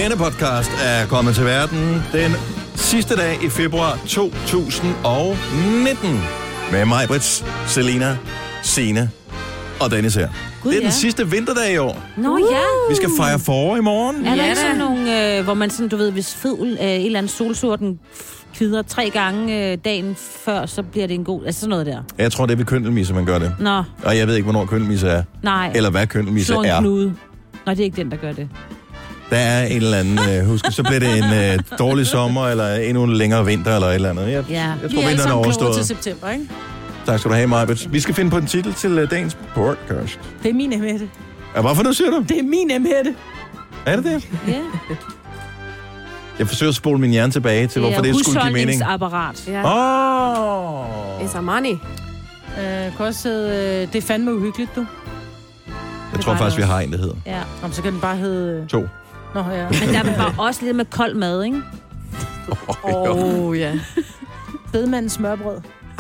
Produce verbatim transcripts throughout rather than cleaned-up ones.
Denne podcast er kommet til verden den sidste dag i februar to tusind nitten. Med mig, Brits, Selina, Signe og Dennis her. God, det er ja. den sidste vinterdag i år. Nå ja. Vi skal fejre forår i morgen. Er der Ja, ikke da. sådan nogle, øh, hvor man sådan, du ved, hvis fødel, øh, en eller anden solsorten kvider tre gange øh, dagen før, så bliver det en god... Altså sådan noget der. Jeg tror, det er ved køndelmisse, man gør det. Nå, Og jeg ved ikke, hvornår køndelmisse er. nej. Eller hvad køndelmisse Slå en er. knude. Nej, det er ikke den, der gør det. Der er en eller anden... Øh, husk, så bliver det en øh, dårlig sommer, eller endnu en længere vinter, eller et eller andet. Jeg, Ja. jeg Vi tror, er alle vinteren er sammen kloge overstået. til september, ikke? Tak skal du have, Majbet. Vi skal finde på en titel til uh, dagens podcast. Det er min emhætte. Ja, hvorfor nu, siger du? Det er min emhætte. Er det det? Ja. Jeg forsøger at spole min hjerne tilbage til, hvorfor det, det skulle give mening. husholdningsapparat. Ja. Åh! It's a money. Øh, kan også hedde, øh, det er fandme uhyggeligt, du. Jeg tror var faktisk, vi det har en, der hedder. Ja. Om så kan den bare hedde... øh, To. Nå, ja. Men der var også lidt med kold mad, ikke? Åh, oh, ja. Bedemandens smørbrød.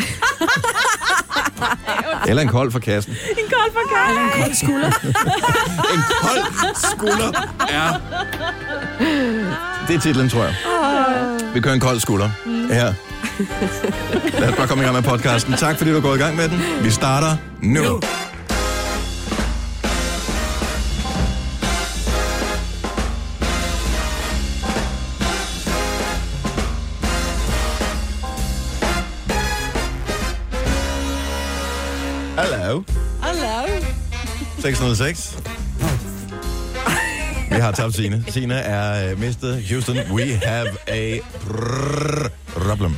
Eller en kold for kassen. En kold for kold. Eller en kold skulder. En kold skulder er... Det er titlen, tror jeg. Vi kører en kold skulder. Her. Lad os bare komme i gang med podcasten. Tak fordi du er gået i gang med den. Vi starter nu. nu. Hallo. Hallo. seks nul seks. Vi har tabt Signe. Signe er uh, mistet. Houston, we have a problem.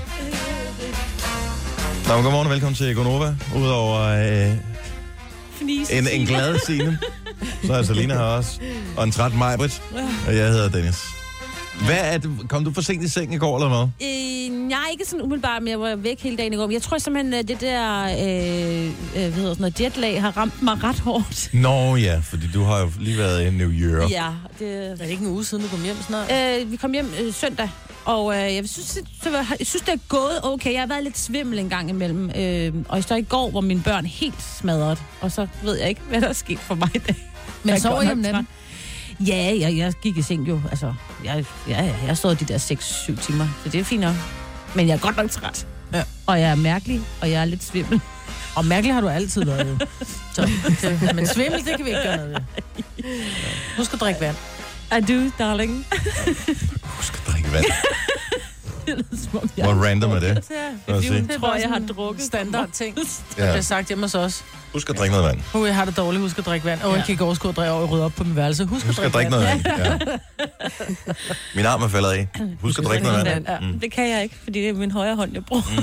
Nå, godmorgen og velkommen til Gonova. Udover uh, en, en glad Signe, så er Selina her også. Og en træt Majbrit. Og jeg hedder Dennis. Hvad er det? Kom du for sent i seng i går, eller hvad? Øh, nej, ikke sådan umiddelbart, men jeg var væk hele dagen i går. Men jeg tror simpelthen, at det der øh, øh, hvad hedder sådan noget, jetlag har ramt mig ret hårdt. Nå ja, fordi du har jo lige været i New York. Ja, det... Er det ikke en uge siden, du kom hjem snart? Øh, vi kom hjem øh, søndag, og øh, jeg, synes, det var, jeg synes, det er gået okay. Jeg har været lidt svimmel en gang imellem. Øh, og så i går var mine børn helt smadret, og så ved jeg ikke, hvad der er sket for mig i dag. Men Jeg sover går I nok om natten? træt. Ja, jeg, jeg gik i seng jo. Altså, jeg, jeg, jeg har stået de der seks syv timer, så det er fint nok. Men jeg er godt nok træt. Ja. Og jeg er mærkelig, og jeg er lidt svimmel. Og mærkelig har du altid været jo. Så, det, men svimmel, det kan vi ikke gøre noget ved. Husk at drikke vand. I do, darling. Husk at drikke vand. Det lyder, som om jeg Hvor random er det? Ja, Lad os se. det tror, jeg har drukket standard ting. Det Ja. bliver sagt hjemme hos os. Husk at drikke noget vand. Uh, jeg har det dårligt, husk at drikke vand. Og Ja. jeg kan ikke overskue at dreje over og rydde op på min værelse. Husk, Husk at at drikke drikke noget vand. vand. Ja. Min arm er faldet af. Husk at drikke noget vand. Ja. Mm. Det kan jeg ikke, fordi det er min højre hånd, jeg bruger. Mm.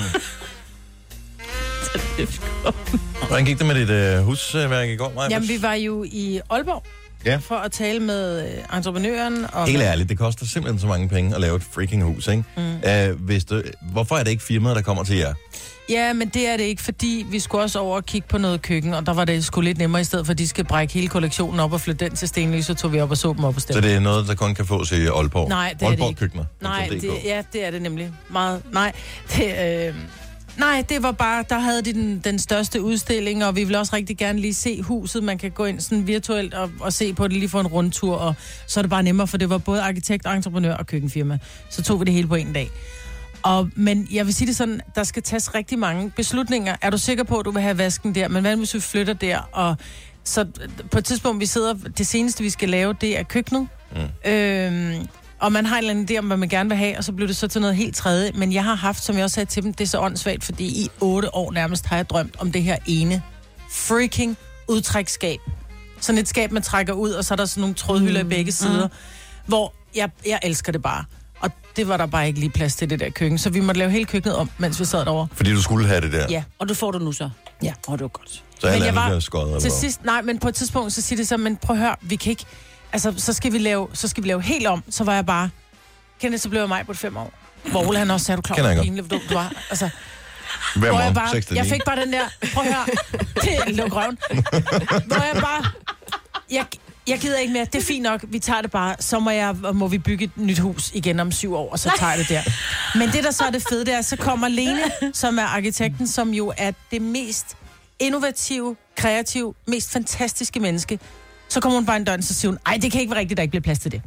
Så det er sgu- Hvordan gik det med dit øh, husværk i går, Maja? Jamen, vi var jo i Aalborg Ja. for at tale med øh, entreprenøren. Og Helt ærligt, det koster simpelthen så mange penge at lave et freaking hus, ikke? Mm. Uh, hvis du, hvorfor er det ikke firmaet, der kommer til jer? Ja, men det er det ikke, fordi vi skulle også over og kigge på noget køkken, og der var det sgu lidt nemmere, i stedet for at de skal brække hele kollektionen op og flytte den til Stenløs, så tog vi op og så dem op og Så stemte. det er noget, der kun kan fås i Aalborg? Nej, det er det Aalborg ikke. Køkkener. Nej, punktum d k. det, ja, det er det nemlig. Meget. Nej, det, øh, nej, det var bare, der havde de den, den største udstilling, og vi vil også rigtig gerne lige se huset. Man kan gå ind sådan virtuelt og, og se på det, lige få en rundtur, og så er det bare nemmere, for det var både arkitekt, entreprenør og køkkenfirma. Så tog vi det hele på en dag. Og, men jeg vil sige det sådan, der skal tages rigtig mange beslutninger. Er du sikker på, at du vil have vasken der? Men hvad hvis vi flytter der? Og så på et tidspunkt, vi sidder, det seneste vi skal lave, det er køkkenet. Mm. Øhm, og man har en eller anden idé om, hvad man gerne vil have, og så blev det så til noget helt tredje. Men jeg har haft, som jeg også sagde til dem, det er så åndssvagt, fordi i otte år nærmest har jeg drømt om det her ene freaking udtræksskab. Sådan et skab, man trækker ud, og så er der sådan nogle trådhylder mm. i begge sider, mm. hvor jeg, jeg elsker det bare. Og det var der bare ikke lige plads til det der køkken, så vi måtte lave hele køkkenet om, mens vi sad derovre. Fordi du skulle have det der? Ja. Og det får du nu så? Ja. Åh, det var godt. Så alt Men jeg andet var bliver skåret? eller Til hvad? sidst, nej, men på et tidspunkt, så siger det så, men prøv at høre, vi kan ikke, altså, så skal vi lave, så skal vi lave helt om, så var jeg bare, kender så blev jeg mig på et fem år. Hvor Ole han også sagde, du klar, Kender jeg hvor godt. pinligt du, du var. Altså, Hver hvor jeg morgen, bare, seks til jeg ni. fik bare den der, prøv at høre, det lå grøven. Hvor jeg bare, jeg, jeg gider ikke mere, det er fint nok, vi tager det bare, så må, jeg, må vi bygge et nyt hus igen om syv år, og så tager jeg det der. Men det, der så er det fede, det er, så kommer Lene, som er arkitekten, som jo er det mest innovative, kreative, mest fantastiske menneske. Så kommer hun bare en dør, så siger hun, ej, det kan ikke være rigtigt, der ikke bliver plads til det.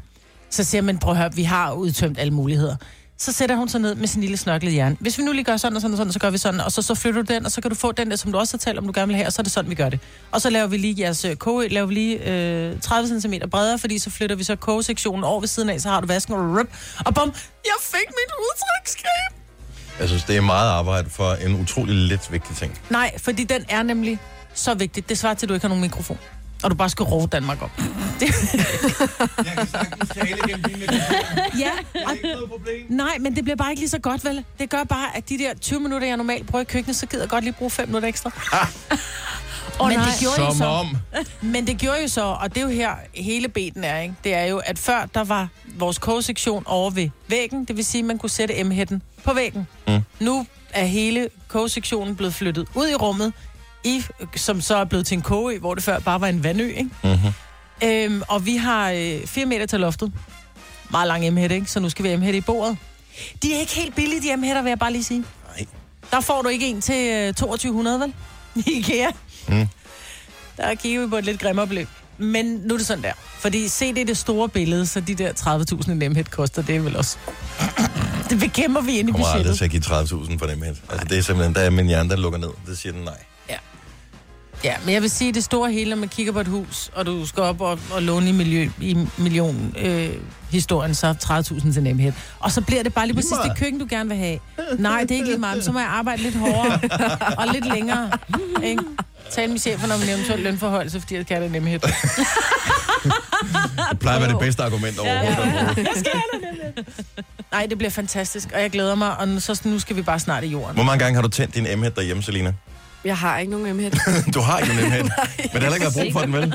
Så siger man, prøv at høre, vi har udtømt alle muligheder. Så sætter hun sig ned med sin lille snørklede hjerne. Hvis vi nu lige gør sådan og sådan og sådan, så gør vi sådan, og så, så flytter du den, og så kan du få den der, som du også har talt om, du gerne vil have, og så er det sådan, vi gør det. Og så laver vi lige jeres koge, laver vi lige øh, tredive centimeter bredere, fordi så flytter vi så kogesektionen over ved siden af, så har du vasken, og rup, og bum, jeg fik mit udtryksskab. Jeg synes, det er meget arbejde for en utrolig lidt vigtig ting. Nej, fordi den er nemlig så vigtig. Det svarer til, at du ikke har nogen mikrofon. Og du bare skal råbe Danmark op. Jeg kan sagtens tale gennem din mikrofon. Ja, og, ikke noget problem. nej, men det bliver bare ikke lige så godt, vel? Det gør bare, at de der tyve minutter, jeg normalt bruger i køkkenet, så gider jeg godt lige bruge fem minutter ekstra. Oh, men nej. det gjorde jo Som så, om. men det gjorde jo så, og det er jo her hele beten er, ikke? Det er jo, at før der var vores kogesektion over ved væggen, det vil sige, at man kunne sætte M-hætten på væggen. Mm. Nu er hele kogesektionen blevet flyttet ud i rummet, i, som så er blevet til en kogeø, hvor det før bare var en vandø, ikke? Mm-hmm. Øhm, og vi har øh, fire meter til loftet. Meget lang M-hætte, ikke? Så nu skal vi have M-hætte i bordet. De er ikke helt billige, de M-hætter, vil jeg bare lige sige. Nej. Der får du ikke en til øh, toogtyve hundrede, vel? I IKEA. Mm. Der kigger vi på et lidt grimmere beløb. Men nu er det sådan der. Fordi se det er det store billede, så de der tredive tusind i M-hæt koster, det er vel også... Det bekæmper vi ind i Jeg kommer aldrig budgettet. til at give tredive tusind for dem her. Altså, det er simpelthen, der er min hjerne, der lukker ned. Det siger den nej. Ja, men jeg vil sige, det store hele, når man kigger på et hus, og du skal op og, og låne i, miljø, i million øh, historien, så tredive tusind til nemhed. Og så bliver det bare lige præcis det køkken, du gerne vil have. Nej, det er ikke lige meget, så må jeg arbejde lidt hårdere og lidt længere. Ikke? Tale med chefen om en eventuel lønforhøjelse, fordi jeg kan have det nemhed. Det plejer at være det bedste argument overhovedet. Jeg skal have det nemhed. Nej, det bliver fantastisk, og jeg glæder mig, og nu, så nu skal vi bare snart i jorden. Hvor mange gange har du tændt din M-hæt derhjemme, Selina? Jeg har ikke nogen M-hæt. Du har ikke nogen M-hæt. Men der er heller ikke været brug for den, vel?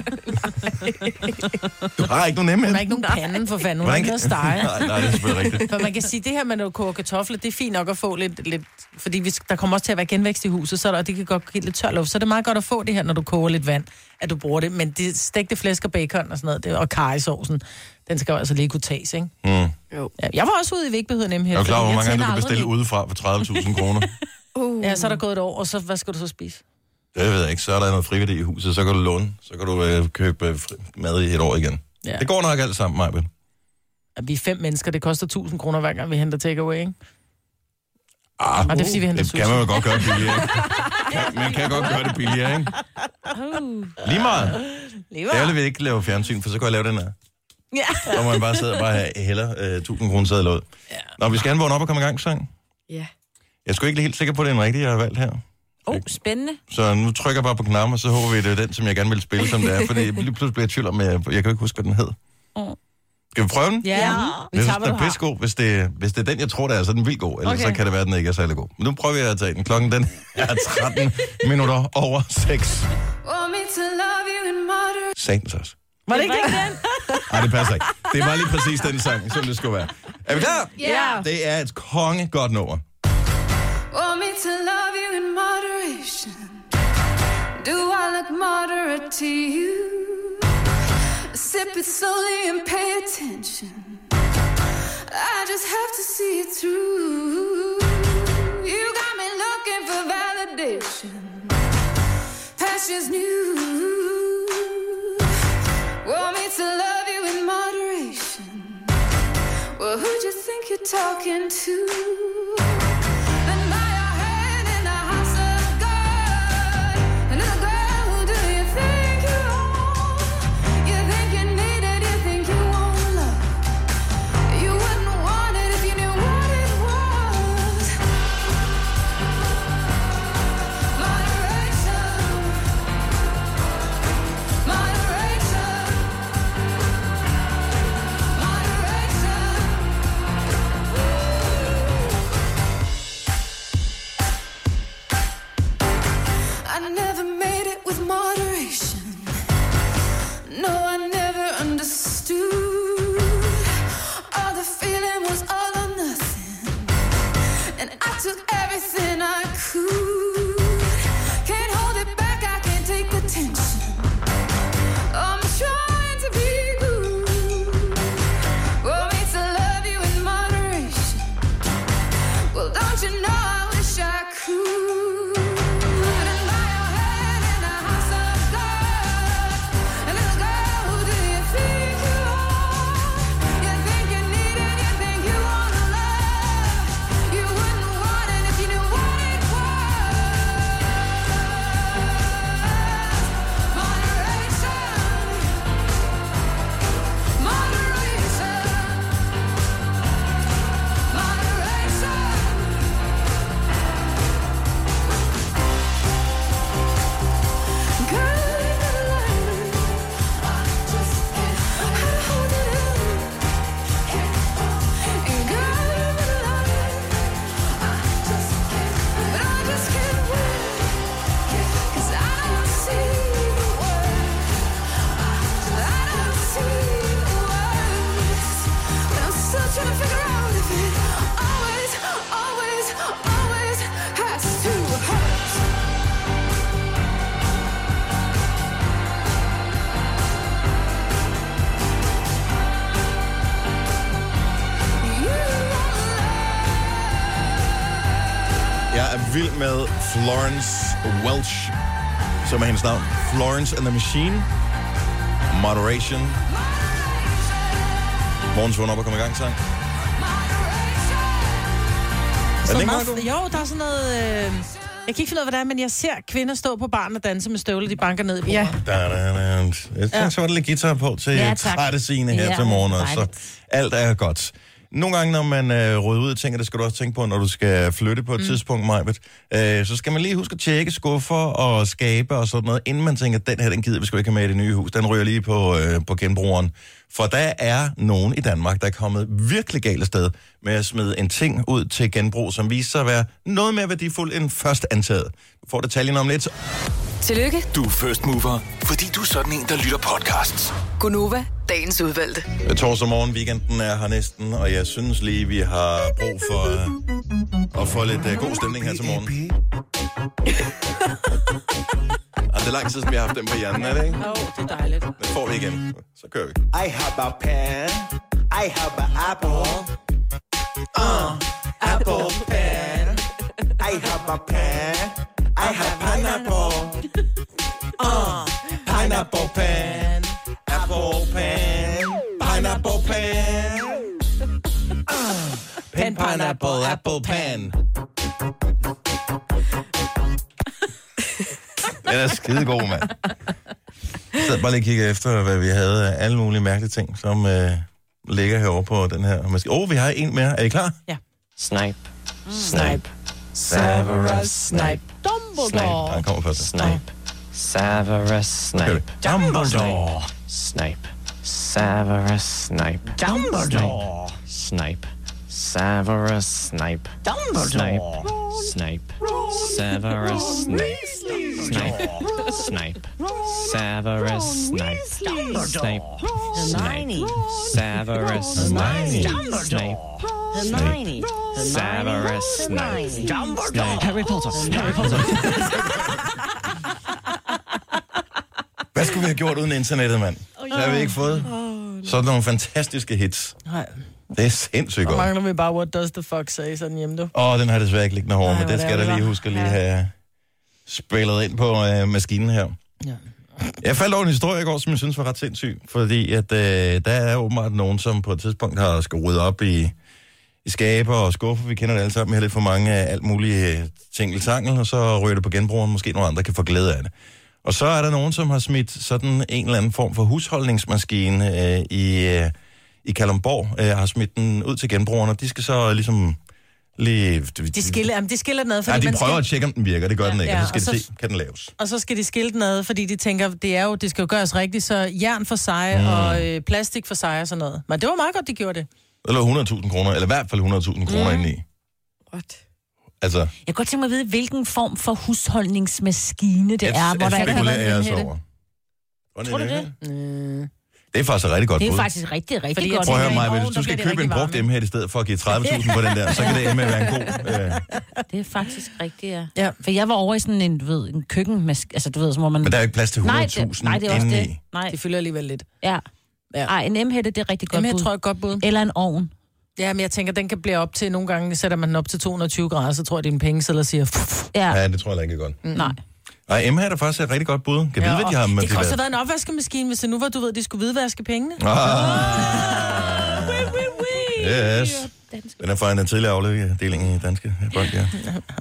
Du har ikke nogen M-hæt. Der er ikke nogen panden for fanden, hun har ikke noget at stege. Nej, nej, det er selvfølgelig rigtigt. For man kan sige, det her med at koge kartofler, det er fint nok at få lidt, lidt fordi vi, der kommer også til at være genvækst i huset, så der, det kan godt give lidt tør luft. Så det er meget godt at få det her, når du koger lidt vand, at du bruger det. Men det stegte flæsk og bacon og sådan noget, det, og karrysovsen, den skal jo altså lige kunne tages, ikke? Mm. Ja, jeg var også ude i vægtebehøden nemlig. Er du klar over, hvor mange gange du kan bestille udefra for tredive tusind kroner? Uh. Ja, så er der gået et år, og så hvad skal du så spise? Det ved jeg ikke. Så er der noget frivilligt i huset, så kan du låne. Så kan du øh, købe øh, fri- mad i et år igen. Ja. Det går nok alt sammen, Majbel. At vi er fem mennesker, det koster tusind kroner hver gang, vi henter takeaway, ikke? Ah, Og det er, fordi vi henter det kan man jo godt gøre billigere. Kan, man kan godt gøre det billigere, ikke? Uh. Lige meget. Lige Det er jo, vi ikke lave fjernsyn, for så kan jeg lave den her. Ja. Så må man bare sidde og bare have heller øh, tusind kroner sædler ud. Ja. Nå, vi skal han vågne op og komme i gang, sang. Ja. Jeg skulle ikke helt sikker på, at det er en rigtig, jeg har valgt her. Åh, oh, spændende. Så nu trykker jeg bare på knappen, og så håber vi, at det er den, som jeg gerne vil spille, som det er. Fordi lige pludselig bliver jeg i tvivl om, jeg, jeg kan jo ikke huske, hvad den hed. Oh. Skal vi prøve den? Ja, Ja. vi Jeg tager, synes, hvad den du er har. pissegod. Hvis det, hvis det er den, jeg tror, det er, så er den vildt god. Ellers Okay. så kan det være, at den ikke er særlig god. Men nu prøver jeg at tage den. Klokken den er tretten minutter over seks. Sagtens også. Var det ikke det? Nej, det passer ikke. Det var lige præcis den sang, som det skulle være. Er vi klar? Ja. Det er et konge godt nummer. Want me to love you in moderation? Do I look moderate to you? Sip it slowly and pay attention. I just have to see it through. You got me looking for validation. Passion's new. Want me to love you in moderation? Well, who'd you think you're talking to? Girl vild med Florence Welch, som er hendes navn. Florence and the Machine. Moderation. Morgens vågn op og komme i gang, sang. Er det ikke meget god? Jo, der er sådan noget... Øh... Jeg kan ikke finde ud af, hvad det er, men jeg ser kvinder stå på baren og danse med støvler, de banker ned i bordet. Ja. Da, da, da. Jeg tænkte, ja. Så var der lidt guitar på til Ja, ja, tak. trætte scene her Ja, til morgen, så dejligt. alt er godt. Nogle gange, når man øh, rydder ud af ting, og det skal du også tænke på, når du skal flytte på et mm. tidspunkt, Majbet, øh, så skal man lige huske at tjekke skuffer og skabe og sådan noget, inden man tænker, den her, den gider vi sgu ikke have med i det nye hus. Den ryger lige på, øh, på genbrugeren. For der er nogen i Danmark, der er kommet virkelig galt af sted med at smide en ting ud til genbrug, som viser sig at være noget mere værdifuld end først antaget. Du får detaljen om lidt. Tillykke, Du er first mover, fordi du er sådan en, der lytter podcasts. Gunova, dagens udvalgte. Torsdag morgen, weekenden er her næsten, og jeg synes lige, vi har brug for uh, at få lidt uh, god stemning her til morgen. Og det er lang tid, siden vi har haft dem på hjernen, er det ikke? Åh, oh, det er dejligt. Det får vi igen. Så kører vi. I have a pen. I have an apple. Uh, apple pen. I have a pen. I have pineapple. Uh, pineapple pen. Apple pen. Pineapple pen. Uh, Pen, pineapple, apple, pan. Den er skidegod, mand. Jeg sad bare lige og kiggede efter, hvad vi havde af alle mulige mærkelige ting, som øh, ligger herovre på den her. Åh, oh, vi har en mere. Er I klar? Ja. Snipe. Snipe. Severus Snape. Dumbledore. Nej, han kommer først. Snipe. Severus Snape. Dumbledore. Snipe. Severus Snape. Dumbledore. Snipe. Severus Snape. Dumbledore. Snape. Severus Snape. Snape. Snape. Severus Snape. Snape. Snape. Severus Snape. Snape. Hermione. Severus Snape. Snape. Harry Potter. Harry Potter. Hvad skulle vi have gjort uden internettet, mand? Så har vi ikke fået sådan nogle fantastiske hits. Nej. Det er sindssygt Så godt. mangler vi bare, what does the fuck say, sådan hjemme, du. Åh, oh, den har desværre ikke liggende hårdt, Nej, men det hvor skal det der er, lige det huske at lige var. have spillet ind på øh, maskinen her. Ja. Jeg faldt over en historie i går, som jeg synes var ret sindssyg, fordi at, øh, der er åbenbart nogen, som på et tidspunkt har skal rydde op i, i skaber og skuffer. Vi kender det alle sammen. Vi har lidt for mange af alt mulige tingeltangel, og så ryger det på genbrugeren. Måske nogle andre kan få glæde af det. Og så er der nogen, som har smidt sådan en eller anden form for husholdningsmaskine øh, i, øh, i Kalundborg, øh, har smidt den ud til genbrugerne, og de skal så ligesom lige... De skiller, jamen, de skiller den ad, fordi Ja, de man prøver skal... at tjekke, om den virker. Det gør den ikke, Ja, og så skal og de så- se, kan den laves. Og så skal de skille den ad, fordi de tænker, det er jo, det skal jo gøres rigtigt, så jern for sig mm. og øh, plastik for sig og sådan noget. Men det var meget godt, de gjorde det. Eller hundrede tusind kroner, eller i hvert fald hundrede tusind kroner mm. indeni. What? Altså, Jeg kan godt tænke mig at vide, hvilken form for husholdningsmaskine det jeg, er, hvor jeg der ikke har været spekulerer en jeg hætte. over. Tror du det? Mm. Det er faktisk et rigtig godt Det er bud. faktisk rigtig, rigtig Fordi godt. Prøv at høre tænker, mig, i hvis ovnen, du der skal bliver det købe en rigtig brugt varmt. M-hæt i stedet for at give tredive tusind på den der, så kan det med at være en god... Øh. Det er faktisk rigtigt, ja. Ja. For jeg var over i sådan en, du ved, en køkkenmask... Altså, du ved, som hvor man... Men der er jo ikke plads til nej, hundrede det, tusind nej, det er også det. indeni. Nej, Det fylder alligevel lidt. ja. Ja. Ej, en M-hætte, det er rigtig godt Jamen, jeg bud. tror jeg godt bud. Eller en ovn. Ja, men jeg tænker, den kan blive op til, nogle gange sætter man den op til to hundrede og tyve grader, så tror jeg, det er en pengeseddel, siger... Pff. Ja, Ja, det tror jeg ikke er godt. mm. nej. Ej, M-hæt er faktisk et rigtig godt bud. Kan vide, hvad de har med det kan også have været en opvaskemaskine, hvis det nu var, du ved, de skulle hvidvaske pengene. Ah. Yes. Den er fra en tidligere afdeling i Danske Bank, ja.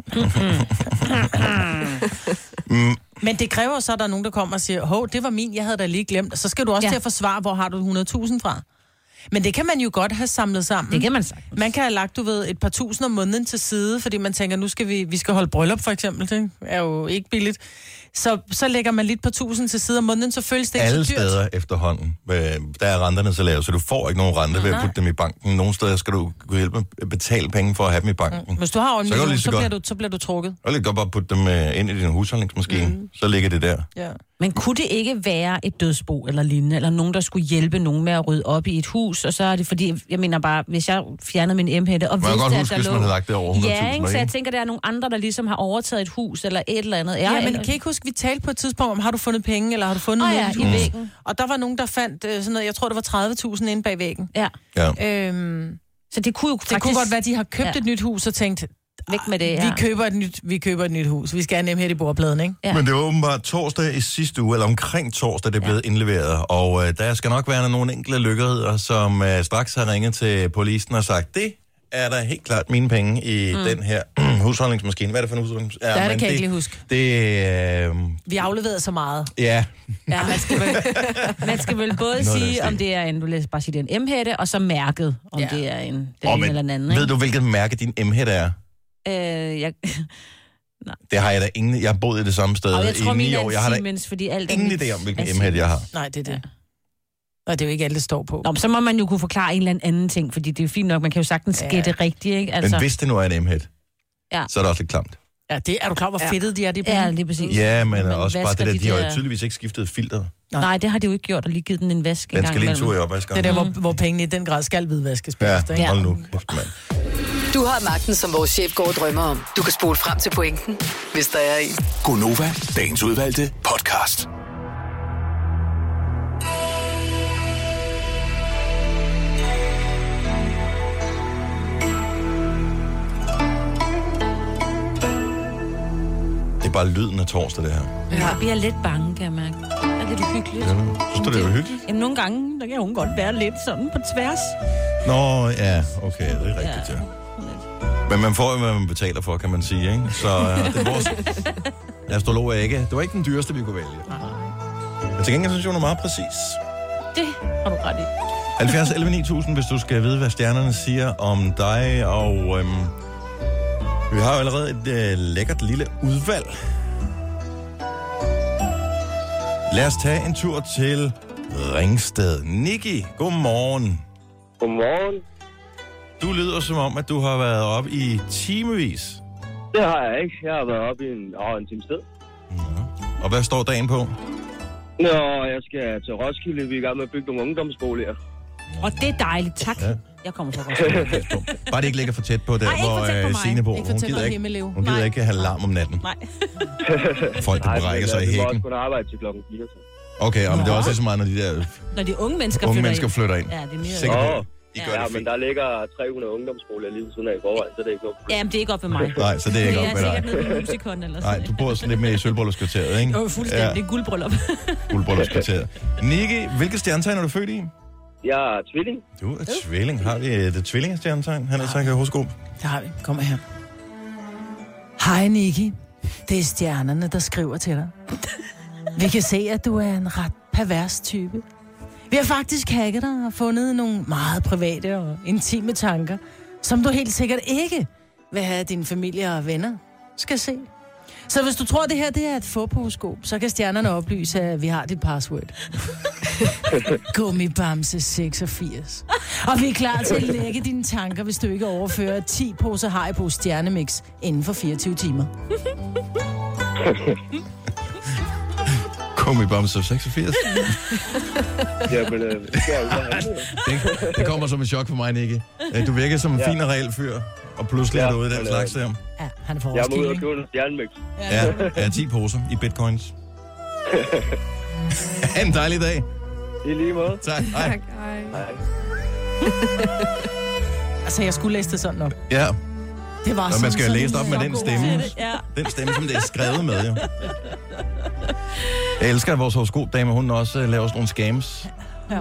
mm, Men det kræver så, at der er nogen, der kommer og siger, hov, det var min, jeg havde da lige glemt. Så skal du også Ja. til at forsvare, hvor har du hundrede tusind fra. Men det kan man jo godt have samlet sammen. Det kan man sagtens. Man kan have lagt, du ved, et par tusind om måneden til side, fordi man tænker, nu skal vi, vi skal holde bryllup for eksempel. Det er jo ikke billigt. Så, så lægger man lidt par tusind til side om måneden, så føles det ikke alle så dyrt. steder efterhånden, øh, der er renterne så lave, så du får ikke nogen rente ved at Nej. putte dem i banken. Nogle steder skal du kunne hjælpe med at betale penge for at have dem i banken. Hvis du har en Så kan du million, lige så, så så, bliver godt- du, så bliver du trukket. Og lidt godt bare putte dem øh, ind i din husholdningsmaskine, mm. så ligger det der. Ja. Men kunne det ikke være et dødsbo eller lignende, eller nogen, der skulle hjælpe nogen med at rydde op i et hus, og så er det fordi, jeg mener bare, hvis jeg fjernede min M-hætte, og Man kan vidste, godt at huske, der hvis lå... man havde lagt det over hundrede tusind. Ja, ikke? Så jeg tænker, der er nogle andre, der ligesom har overtaget et hus, eller et eller andet. Ja, men eller... kan I ikke huske, vi talte på et tidspunkt om, har du fundet penge, eller har du fundet Åh noget ja, dit i hus? væggen. Og der var nogen, der fandt øh, sådan noget, jeg tror, det var tredive tusind inde bag væggen. Ja, Ja. Øhm, så det kunne jo det faktisk... kunne godt være, at de har købt Ja. ja. et nyt hus og tænkt, Væk med det, ja. Vi køber et nyt, vi køber et nyt hus. Vi skal have nemhed i bordpladen, ikke? Ja. Men det var åbenbart torsdag i sidste uge, eller omkring torsdag, det er blevet ja. indleveret. Og øh, der skal nok være nogle enkelte lykkerheder, som øh, straks har ringet til polisen og sagt, det er der helt klart mine penge i mm. den her husholdningsmaskine. Hvad er det for en husholdningsmaskine? Ja, ja, det kan jeg det, ikke lige huske. Det, øh, Vi afleverede så meget. ja. Ja, man skal vel, man skal vel både Noget sige, om det er en, du læser bare sige, det er en M-hætte, og så mærket, om Ja. det er en, den Oh, ene men, eller den anden. ved Ikke? du, hvilket mærke din M-hætte er? Øh, jeg, Det har jeg da ingen... Jeg har boet i det samme sted og jeg tror, i min ni er år. en Jeg har da Siemens, fordi alt er ingen mit idé om, hvilken er M-hætte jeg har. Nej, det er det. Og det er jo ikke alt, det står på. Nå, men så må man jo kunne forklare en eller anden ting, fordi det er jo fint nok, man kan jo sagtens Ja. gætte rigtigt, ikke? Altså, Men hvis det nu er en M-hætte, Ja. så er det også lidt klamt. Ja, det er du klar, hvor Ja. fedtet de er, de ja, penge? lige præcis. Ja, men Man også bare det vasker der, de de har jo der- tydeligvis ikke skiftet filteret. Nej, det har de jo ikke gjort, og lige givet den en vask en Den gang skal lige en imellem. tur i opvaskeren. Det er der, hvor, hvor pengene i den grad skal hvidvaskes. Ja, bedst, ikke? hold nu kæft, mand. Du har magten, som vores chef går og drømmer om. Du kan spole frem til pointen, hvis der er en. Gonova, dagens udvalgte podcast. Det er bare lyden af torsdag, det her. Ja. Jeg bliver lidt bange, kan jeg mærke. Det er lidt hyggeligt. Ja, synes du, det er hyggeligt? Jamen, nogle gange, der kan hun godt være lidt sådan på tværs. Nå, ja, okay, det er rigtigt, ja. Men man får jo, hvad man betaler for, kan man sige, ikke? Så ja, det er vores astrolog er ikke. Det var ikke den dyreste, vi kunne vælge. Men til gengæld synes jeg, hun er meget præcis. Det har du ret i. halvfjerds elleve ni tusind, hvis du skal vide, hvad stjernerne siger om dig. Og øhm, vi har jo allerede et øh, lækkert lille udvalg. Lad os tage en tur til Ringsted. Nikki, godmorgen. Godmorgen. Du lyder som om, at du har været op i timevis. Det har jeg ikke. Jeg har været oppe i en, over en times tid. Ja. Og hvad står dagen på? Nå, jeg skal til Roskilde. Vi er i gang med at bygge nogle ungdomsboliger. Og det er dejligt, tak. Ja. Jeg kommer fra Roskilde. Bare det ikke ligger for tæt på der, Nej, ikke for tæt på hvor mig. Signe bor. Ikke for Hun tæt gider på ikke, Himmelev. hun gider Nej. ikke have larm om natten. Nej. Folk, der brækker sig i Vi må hækken. også kun arbejde til klokken fire. Så. Okay, og men det er også lige så meget, når de der Når de unge mennesker unge flytter mennesker ind. flytter ind. Ja, det er mere... Sikker på, Åh, I gør ja, det men fint. der ligger tre hundrede ungdomsboliger lige ved siden af i forvejen, så det er ikke noget problem. Jamen, det er ikke op ved mig. Nej, så det er ikke op med Det er dig. sikkert nede ved musikon eller sådan Nej, du bor sådan lidt mere i Sølvbryllupskvarteret, ikke? Jo, fuldstændig. Ja. Det er guldbryllup. Guldbryllupskvarteret. Nikki, hvilket stjernetegn er du født i? Jeg er tvilling. Du er tvilling. Har vi et tvillingestjernetegn? Han er sagt i horoskop. Det har vi. Kom her. Hej, Nikki. Det er stjernerne, der skriver til dig. Vi kan se, at du er en ret pervers type. Vi har faktisk hacket dig og fundet nogle meget private og intime tanker, som du helt sikkert ikke vil have, at dine familie og venner skal se. Så hvis du tror, det her det er et fodhoroskop, så kan stjernerne oplyse, at vi har dit password. Gummibamse seksogfirs. Og vi er klar til at lægge dine tanker, hvis du ikke overfører ti poser Haribo stjernemix inden for fireogtyve timer. Kom i Bamse seksogfirs. Jamen, øh, det, skal jeg jo ikke det, det kommer som et chok for mig, Nikki. Du virker som en Ja. fin og reel fyr, og pludselig er Ja, du ude i den men, slags der. Ja, han er for Jeg må ud og Roskilde. købe en stjernemix. Ja, ja, ti poser i bitcoins. Ha' en dejlig dag. I lige måde. Tak. Hej. Hej. Altså, jeg skulle læse det sådan op. Ja, Det var og sådan, man skal jo sådan læse det op med så den god. stemme. Ja. Den stemme, som det er skrevet med, jo. Jeg elsker, at vores horoskopdame, hun også øh, laver sådan nogle scams. Ja.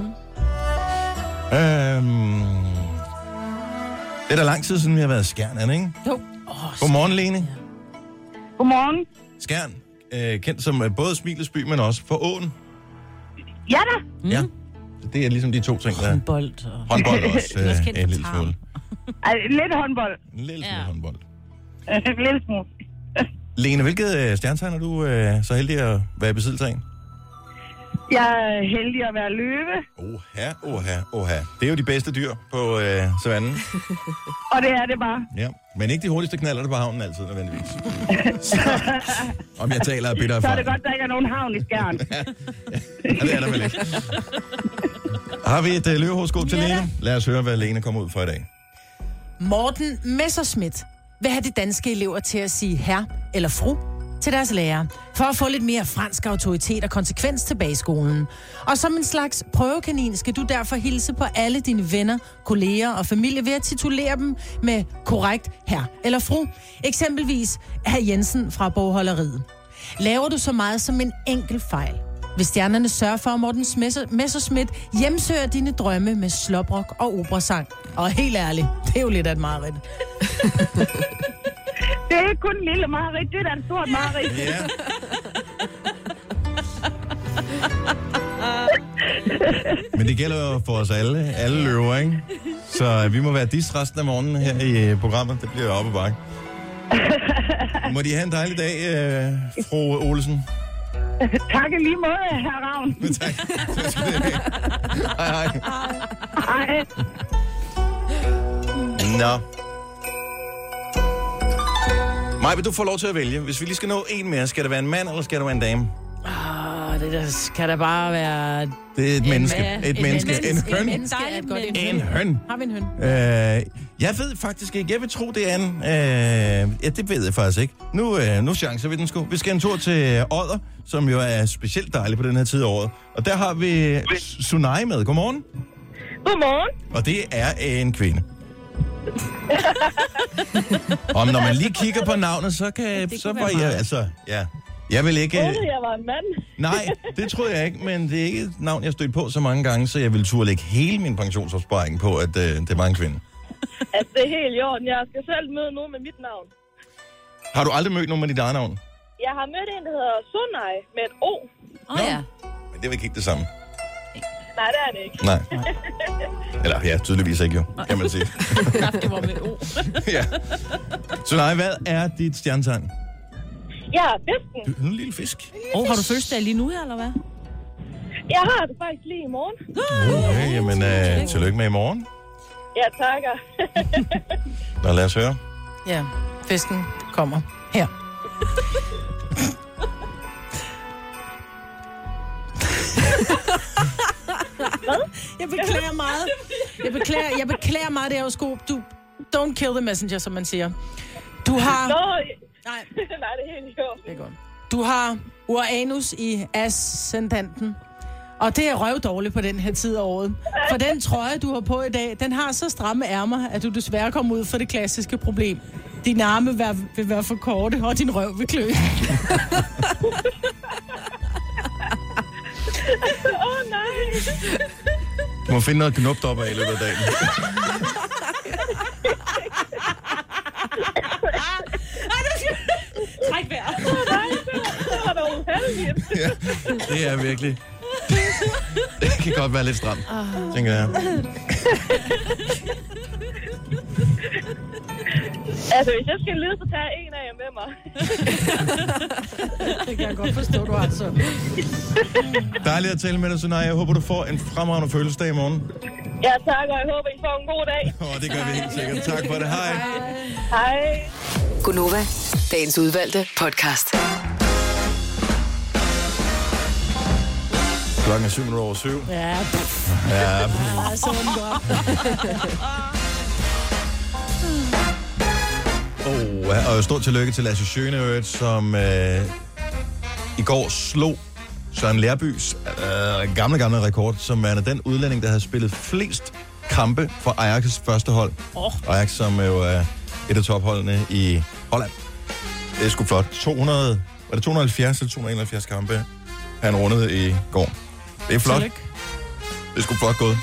Øhm, det er da lang tid siden, vi har været i Skjern, ikke? Jo. Godmorgen, Lene. Godmorgen. Skjern, øh, kendt som øh, både Smilesby, men også for åen. Ja da. Mm. Ja. Det er ligesom de to ting, der er. Håndbold. Og... Håndbold også, Det er også øh, kendt en for lille tarm. smule. Ej, lidt håndbold. En lille smule Ja. håndbold. En lille smule. Lene, hvilket øh, stjernetegn er du øh, så heldig at være i besiddelse af? Jeg er heldig at være løve, Oha, oha, oha. Det er jo de bedste dyr på øh, savannen. og det er det bare. Ja, men ikke de hurtigste knaller, det på havnen altid, nødvendigvis. Så, om jeg taler af bitter Så er erfaring. det godt, der ikke er nogen havn i Skjern. Ja, det er der vel ikke. Har vi et øh, løvehoroskop til Ja da. Lene? Lad os høre, hvad Lene kommer ud for i dag. Morten Messerschmidt vil have de danske elever til at sige herr eller fru, til deres lærer, for at få lidt mere fransk autoritet og konsekvens tilbage i skolen. Og som en slags prøvekanin skal du derfor hilse på alle dine venner, kolleger og familie ved at titulere dem med korrekt herr eller fru. Eksempelvis herr Jensen fra bogholderiet. Laver du så meget som en enkelt fejl, hvis stjernerne sørger for, at Morten Messerschmidt hjemsøger dine drømme med sloprok og operasang. Og helt ærligt, det er jo lidt af et mareridt. Det er kun en lille mareridt, det er da en stort mareridt. Ja. Men det gælder jo for os alle, alle løver, ikke? Så vi må være dis resten af morgenen her i programmet. Det bliver jo oppe bakke. Må de have en dejlig dag, øh, fru Olsen? Tak i lige måde, herr Ravn. Tak. Tak skal det have. Hej, hej. Hej. Nå. Maj, vil du få lov til at vælge? Hvis vi lige skal nå en mere, skal det være en mand, eller skal det være en dame? Ah, det der skal da bare være... Det er et menneske. En, et en menneske. En menneske. høn. En menneske er et godt en, en høn. Har vi en høn? Øh, jeg ved faktisk ikke. Jeg vil tro, det er en... Øh, ja, det ved jeg faktisk ikke. Nu, øh, nu chancer vi den sgu. Vi skal en tur til Odder, som jo er specielt dejlig på den her tid af året. Og der har vi Sunai med. Godmorgen. Godmorgen. Og det er en kvinde. Og når man lige kigger på navnet, så kan så var jeg altså ja. Jeg vil ikke. Jeg troede, jeg var en mand. Nej, det tror jeg ikke, men det er ikke et navn jeg stødt på så mange gange, så jeg vil turde lægge hele min pensionsopsparing på at uh, det var en kvinde. Altså, det er helt i orden. Jeg skal selv møde nogen med mit navn. Har du aldrig mødt nogen med dit eget navn? Jeg har mødt en, der hedder Sunai med et O. Åh oh, ja. Men det er vel ikke det samme. Nej, det er det ikke. Nej. Eller ja, tydeligvis ikke jo, kan man sige. Det var med O. Ja. Så nej, hvad er dit stjernetegn? Jeg er fisken. Du er en lille fisk. Åh, oh, har du fødselsdag lige nu her, eller hvad? Jeg har det faktisk lige i morgen. Okay, jamen øh, tillykke med i morgen. Ja, takker. Nå, lad os høre. Ja, fisken kommer her. Hvad? Jeg beklager meget. Jeg beklager, jeg beklager meget, det er jo sko. Du, don't kill the messenger, som man siger. Du har... Nå, nej. nej, det er helt godt. Det er godt. Du har Uranus i ascendanten. Og det er røvdårligt på den her tid af året. For den trøje, du har på i dag, den har så stramme ærmer, at du desværre kommer ud for det klassiske problem. Dine arme vil, vil være for korte, og din røv vil klø. Åh, oh, nej. Du må finde noget knupt op af i løbet af dagen. Træk vejret. Det var da uheldigt. Ja, det er virkelig. Det kan godt være lidt stramt, tænker jeg. Altså, hvis jeg skal lide, så tager jeg en af jer med mig. Det kan jeg godt forstå, du har så. Dejligt at tale med dig, Sunai. Jeg håber, du får en fremragende fødselsdag i morgen. Ja, tak, og jeg håber, I får en god dag. Åh, oh, det gør vi helt sikkert. Tak for det. Hej. Hej. Gunova, dagens udvalgte podcast. Klokken er syv minutter over syv. Ja, Ja. ja så var den godt. Oh, og stort tillykke til Lasse Schøneøret, som øh, i går slog Søren Lærbys øh, gamle, gamle rekord, som er den udlænding, der har spillet flest kampe for Ajax' første hold. Oh. Ajax, som jo er et af topholdene i Holland. Det er sgu flot. to hundrede, var det to hundrede og halvfjerds eller to hundrede og enoghalvfjerds kampe, han rundede i går. Det er flot. Tillykke. Det er sgu flot gået.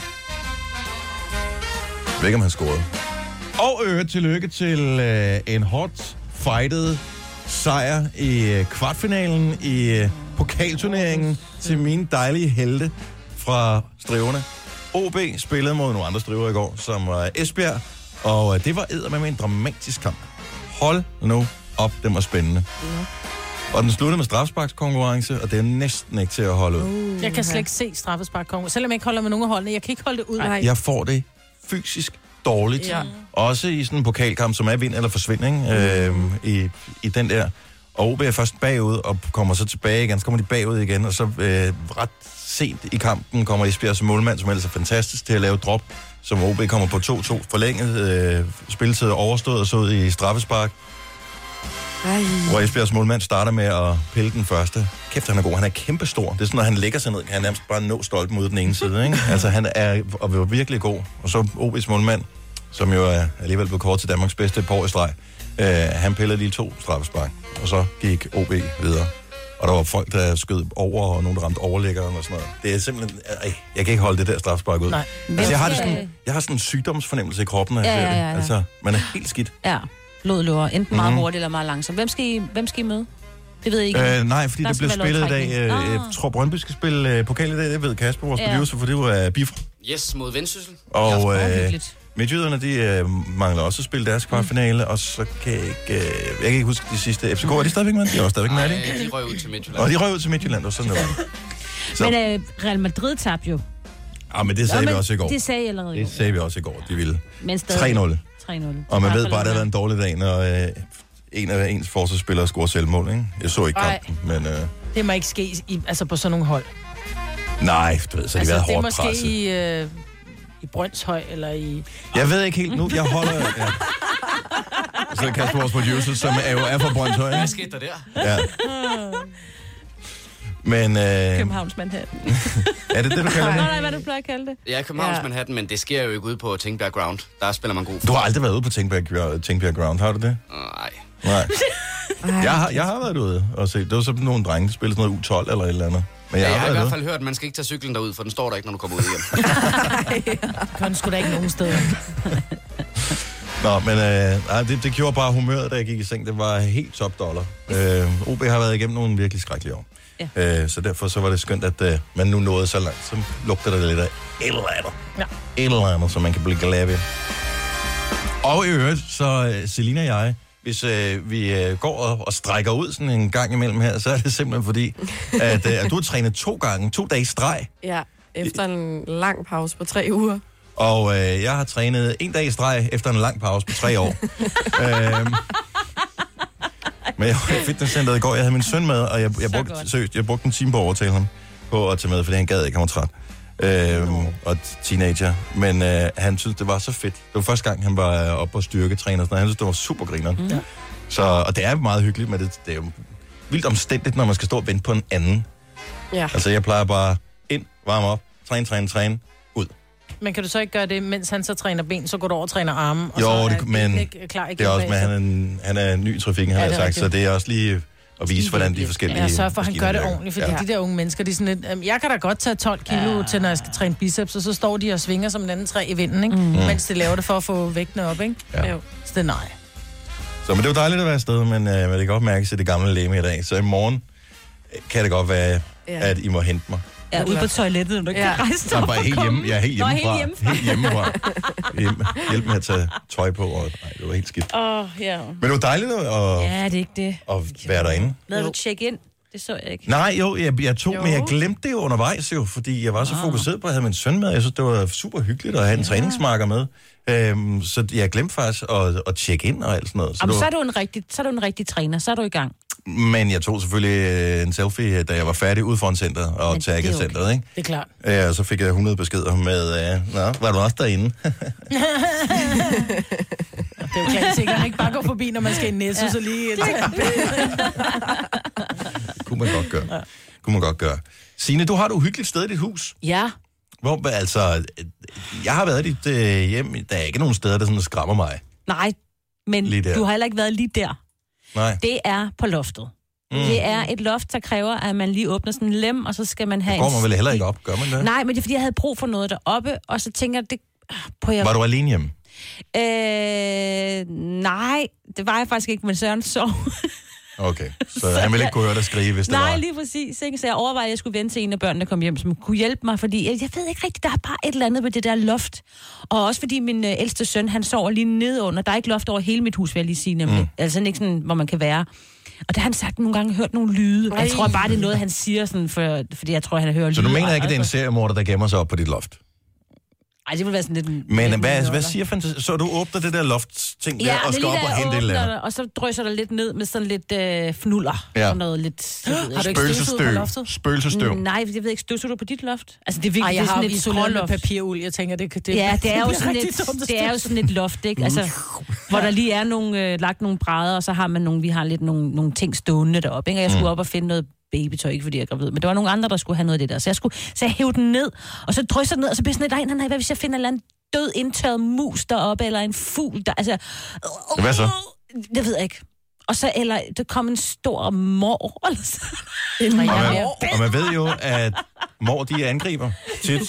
Jeg ved ikke, om han scorede. Og øvrigt tillykke til øh, en hot fighted sejr i øh, kvartfinalen i øh, pokalturneringen til mine dejlige helte fra striverne. O B spillede mod nogle andre striver i går, som var Esbjerg, og øh, det var eddermame en dramatisk kamp. Hold nu op, den var spændende. Ja. Og den sluttede med straffesparkskonkurrence, og det er næsten ikke til at holde ud. Uh, jeg kan slet ikke se straffesparkskonkurrence, selvom jeg ikke holder med nogen af holdene. Jeg kan ikke holde det ud. Nej. Jeg får det fysisk dårligt. Ja. Også i sådan en pokalkamp, som er vind eller forsvind, ikke? Øh, i, i den der. Og O B er først bagud, og kommer så tilbage igen. Så kommer de bagud igen, og så øh, ret sent i kampen kommer Esbjerg som målmand, som ellers er fantastisk til at lave drop, som O B kommer på to to forlænget. Øh, spilletid overstået og så ud i straffespark. Ej. Hvor Esbjergs målmand starter med at pille den første. Kæft, han er god. Han er kæmpestor. Det er sådan, når han lægger sig ned, kan han nærmest bare nå stolpen ud den ene side, ikke? Altså, han er og var virkelig god. Og så O B's målmand, som jo er alligevel blevet kort til Danmarks bedste på år i streg, øh, han pillede lige to straffespark, og så gik O B videre. Og der var folk, der skød over, og nogen, der ramte overlæggeren og sådan noget. Det er simpelthen... Ej, jeg kan ikke holde det der straffespark ud. Nej. Altså, jeg har, det sådan, jeg har sådan en sygdomsfornemmelse i kroppen, når jeg Ja, ser ja, ja, det. ja. Altså, man er helt skidt. Ja, blod løber. Enten meget Mhm. hurtigt eller meget langsomt. Hvem skal I, hvem skal I møde? Det ved jeg ikke. Øh, nej, fordi Der det skal bliver være spillet i dag. lodtrækning. Øh, Jeg Ah. tror, Brøndby skal spille øh, pokal i dag. Det ved Kasper, vores Ja. producer, for det var uh, Bifra. Yes, mod Vendsyssel. Og Ja, øh, hyggeligt. midtjyderne, de øh, mangler også at spille deres kvartfinale, mm. og så kan jeg ikke... Øh, jeg kan ikke huske de sidste. F C K, er de stadigvæk med? De er også stadigvæk med, Nej, ikke? de røg ud til Midtjylland. Og de røg ud til Midtjylland, og sådan noget. Så, Men øh, Real Madrid tabte jo. ja, men det sagde Nå, vi men også i går. Det sagde jeg allerede i Det går. sagde vi også i går, de ville. Men stadig. tre nul. tre nul. Og man Bare ved for bare, at det har lidt været en dårlig dag, når øh, en af ens forsvarsspillere scorer selvmål, ikke? Jeg så ikke Ej. kampen, men... Øh, Det må ikke ske i, altså på sådan nogle hold. nej, du ved, så har de Altså, været det hårdt må ske presset. i, øh, i Brøndshøj, eller i... Jeg ved ikke helt nu. Jeg holder... Ja. Og så er Kasper, vores producer, som er jo er fra Brøndshøj, ikke? Hvad skete der der? Ja. Men... Øh, Københavns Manhattan. er det det, du kalder Nej, det? nej, hvad du plejer at kalde det. Ja, Københavns Ja. Manhattan, men det sker jo ikke ude på Tingbjerg Ground. Der spiller man god. Du har aldrig været ude på Tingbjerg, Tingbjerg Ground, har du det? Nej. Nej. Jeg har, jeg har været ude og set. Det var sådan nogle drenge, der spillede sådan noget U tolv eller et eller andet. Men jeg, Ja, jeg har har i været hvert ude. fald hørt, at man skal ikke tage cyklen derud, for den står der ikke, når du kommer ud igen. Kun sgu da ikke nogen steder. Nå, men øh, nej, det, det gjorde bare humøret, da jeg gik i seng. Det var helt top dollar. Øh, O B har været igennem nogle virkelig skrækkelige år. Ja. Øh, så derfor så var det skønt, at øh, man nu nåede så langt. Så lugter der lidt af et eller andet. Ja. Et eller andet, som man kan blive glad ved. Og i øvrigt, så øh, Selina og jeg, hvis øh, vi øh, går og, og strækker ud sådan en gang imellem her, så er det simpelthen fordi, at, øh, at du har trænet to gange, to dage i streg. Ja, efter en lang pause på tre uger. Og øh, jeg har trænet en dag i streg efter en lang pause på tre år. øhm, men jeg var i fitnesscenteret i går, jeg havde min søn med, og jeg, jeg, brugte, seriøst, jeg brugte en time på at overtale ham på at tage med, fordi han gad ikke, han var træt. Øhm, og teenager. Men øh, han synes, det var så fedt. Det var første gang, han var øh, oppe på styrketræner, og han synes, det var super grineren. Mm. Ja. Så, og det er meget hyggeligt, men det, det er jo vildt omstændigt, når man skal stå og vente på en anden. Ja. Altså, jeg plejer bare ind, varme op, træne, træne, træne, ud. Men kan du så ikke gøre det, mens han så træner ben, så går du over og træner arme, og Jo, så er det, men ikke klar igen det er også med, bagefter? han er, en, han er ny i trafikken, har Ja, jeg det er sagt, rigtigt. så det er også lige at vise, hvordan de forskellige... Ja, sørg for, at han gør det maskiner ordentligt, fordi virker. ja. de der unge mennesker, de er sådan lidt, øhm, jeg kan da godt tage tolv kilo ja. til, når jeg skal træne biceps, og så står de og svinger som en anden træ i vinden, ikke? Mm. Mens de laver det for at få vægtene op, ikke? Ja. Jo. Så det er nej. Så men det var dejligt at være afsted, men øh, det kan godt mærkes i det gamle læme i dag. Så i morgen øh, kan det godt være, Ja. at I må hente mig. Ja, ude på toilettet, når du ikke Ja. kan rejse Så er dig bare op helt og hjemme, komme. jeg er helt Nå, hjemmefra. helt hjemmefra. Helt hjemmefra. Hjem, hjælp med at tage tøj på, og nej, det var helt skidt. Åh, oh, ja. Men det var dejligt at, Ja, det er ikke det. at være derinde. Lavede du check ind? Det så jeg ikke. Nej, jo, jeg, jeg tog, Jo. men jeg glemte det jo undervejs jo, fordi jeg var så fokuseret på, at jeg havde min søn med. Jeg synes, det var super hyggeligt at have en ja. træningsmarker med. Øhm, så jeg glemte faktisk at, at tjekke ind og alt sådan noget. Så Jamen, det så var, er du en rigtig, så er du en rigtig træner. Så er du i gang. men jeg tog selvfølgelig øh, en selfie, da jeg var færdig ude foran center og Men det er taggede okay. centeret, ikke? Det er klart. Ja, og så fik jeg hundrede beskeder med, øh, nå, var du også derinde? Det er jo klassisk, at man ikke bare går forbi, når man skal i Netto, ja. så lige... Kunne man godt gøre. Ja. Kunne man godt gøre. Signe, du har et uhyggeligt sted i dit hus. Ja. Hvor, altså, jeg har været i dit øh, hjem. Der er ikke nogen steder, der sådan skræmmer mig. Nej, men Lige der. du har heller ikke været lige der. Nej. Det er på loftet. Mm. Det er et loft, der kræver, at man lige åbner sådan en lem, og så skal man have Det går en... man vel heller ikke op, gør man det? Nej, men det er, fordi jeg havde brug for noget deroppe, og så tænker jeg, det... Prøv at... Var du alene hjemme? Øh, nej, det var jeg faktisk ikke, men Søren sov. Okay, så han ville ikke kunne høre dig skrige, hvis det Nej, var... lige præcis. Ikke? Så jeg overvejede, at jeg skulle vente til en af børnene kom hjem, som kunne hjælpe mig, fordi jeg, jeg ved ikke rigtigt, der er bare et eller andet med det der loft. Og også fordi min øh, ældste søn, han sover lige nedenunder. Der er ikke loft over hele mit hus, vil jeg lige sige nemlig. Mm. Altså ikke sådan, hvor man kan være. Og der har han sagt nogle gange, hørt nogle lyde. Ej. Jeg tror bare, det er noget, han siger, sådan, for, fordi jeg tror, han har hørt lyde. Så du mener ikke, at det er en altså. seriemorder, der gemmer sig op på dit loft? Ej, det ville være sådan lidt... Men lidt hvad, lidt hvad siger fantasi? Så du åbner det der loft-ting ja, der, og skal op og hente et eller andet? Og så drysser der lidt ned med sådan lidt øh, fnuller. Ja. Og noget lidt... Har du ikke støvsuget på loftet? Spøgelsesstøv. Mm, nej, jeg ved ikke, støvsuger du på dit loft? Altså, det er virkelig, Ej, jeg det er har sådan jo et isoleret med skråloft. papirul. Jeg tænker, det, det, Ja, det er, jo det sådan rigtig et, dumt at det er jo sådan et loft, ikke? Altså, hvor der lige er nogle, øh, lagt nogle brædder, og så har man nogle, vi har lidt nogle, nogle ting stående deroppe, ikke? Og jeg skulle op og finde noget babytøj, ikke fordi jeg er gravid, men der var nogle andre, der skulle have noget af det der. Så jeg skulle, så jeg hævde den ned, og så drysser den ned, og så bliver sådan lidt, nej, nej, nej, hvad hvis jeg finder en eller anden død indtørret mus deroppe, eller en fugl, der, altså... Uh, hvad så? Det ved jeg ikke. Og så, eller der kom en stor mor, eller så. Og man, og man ved jo, at mor, de angriber tit.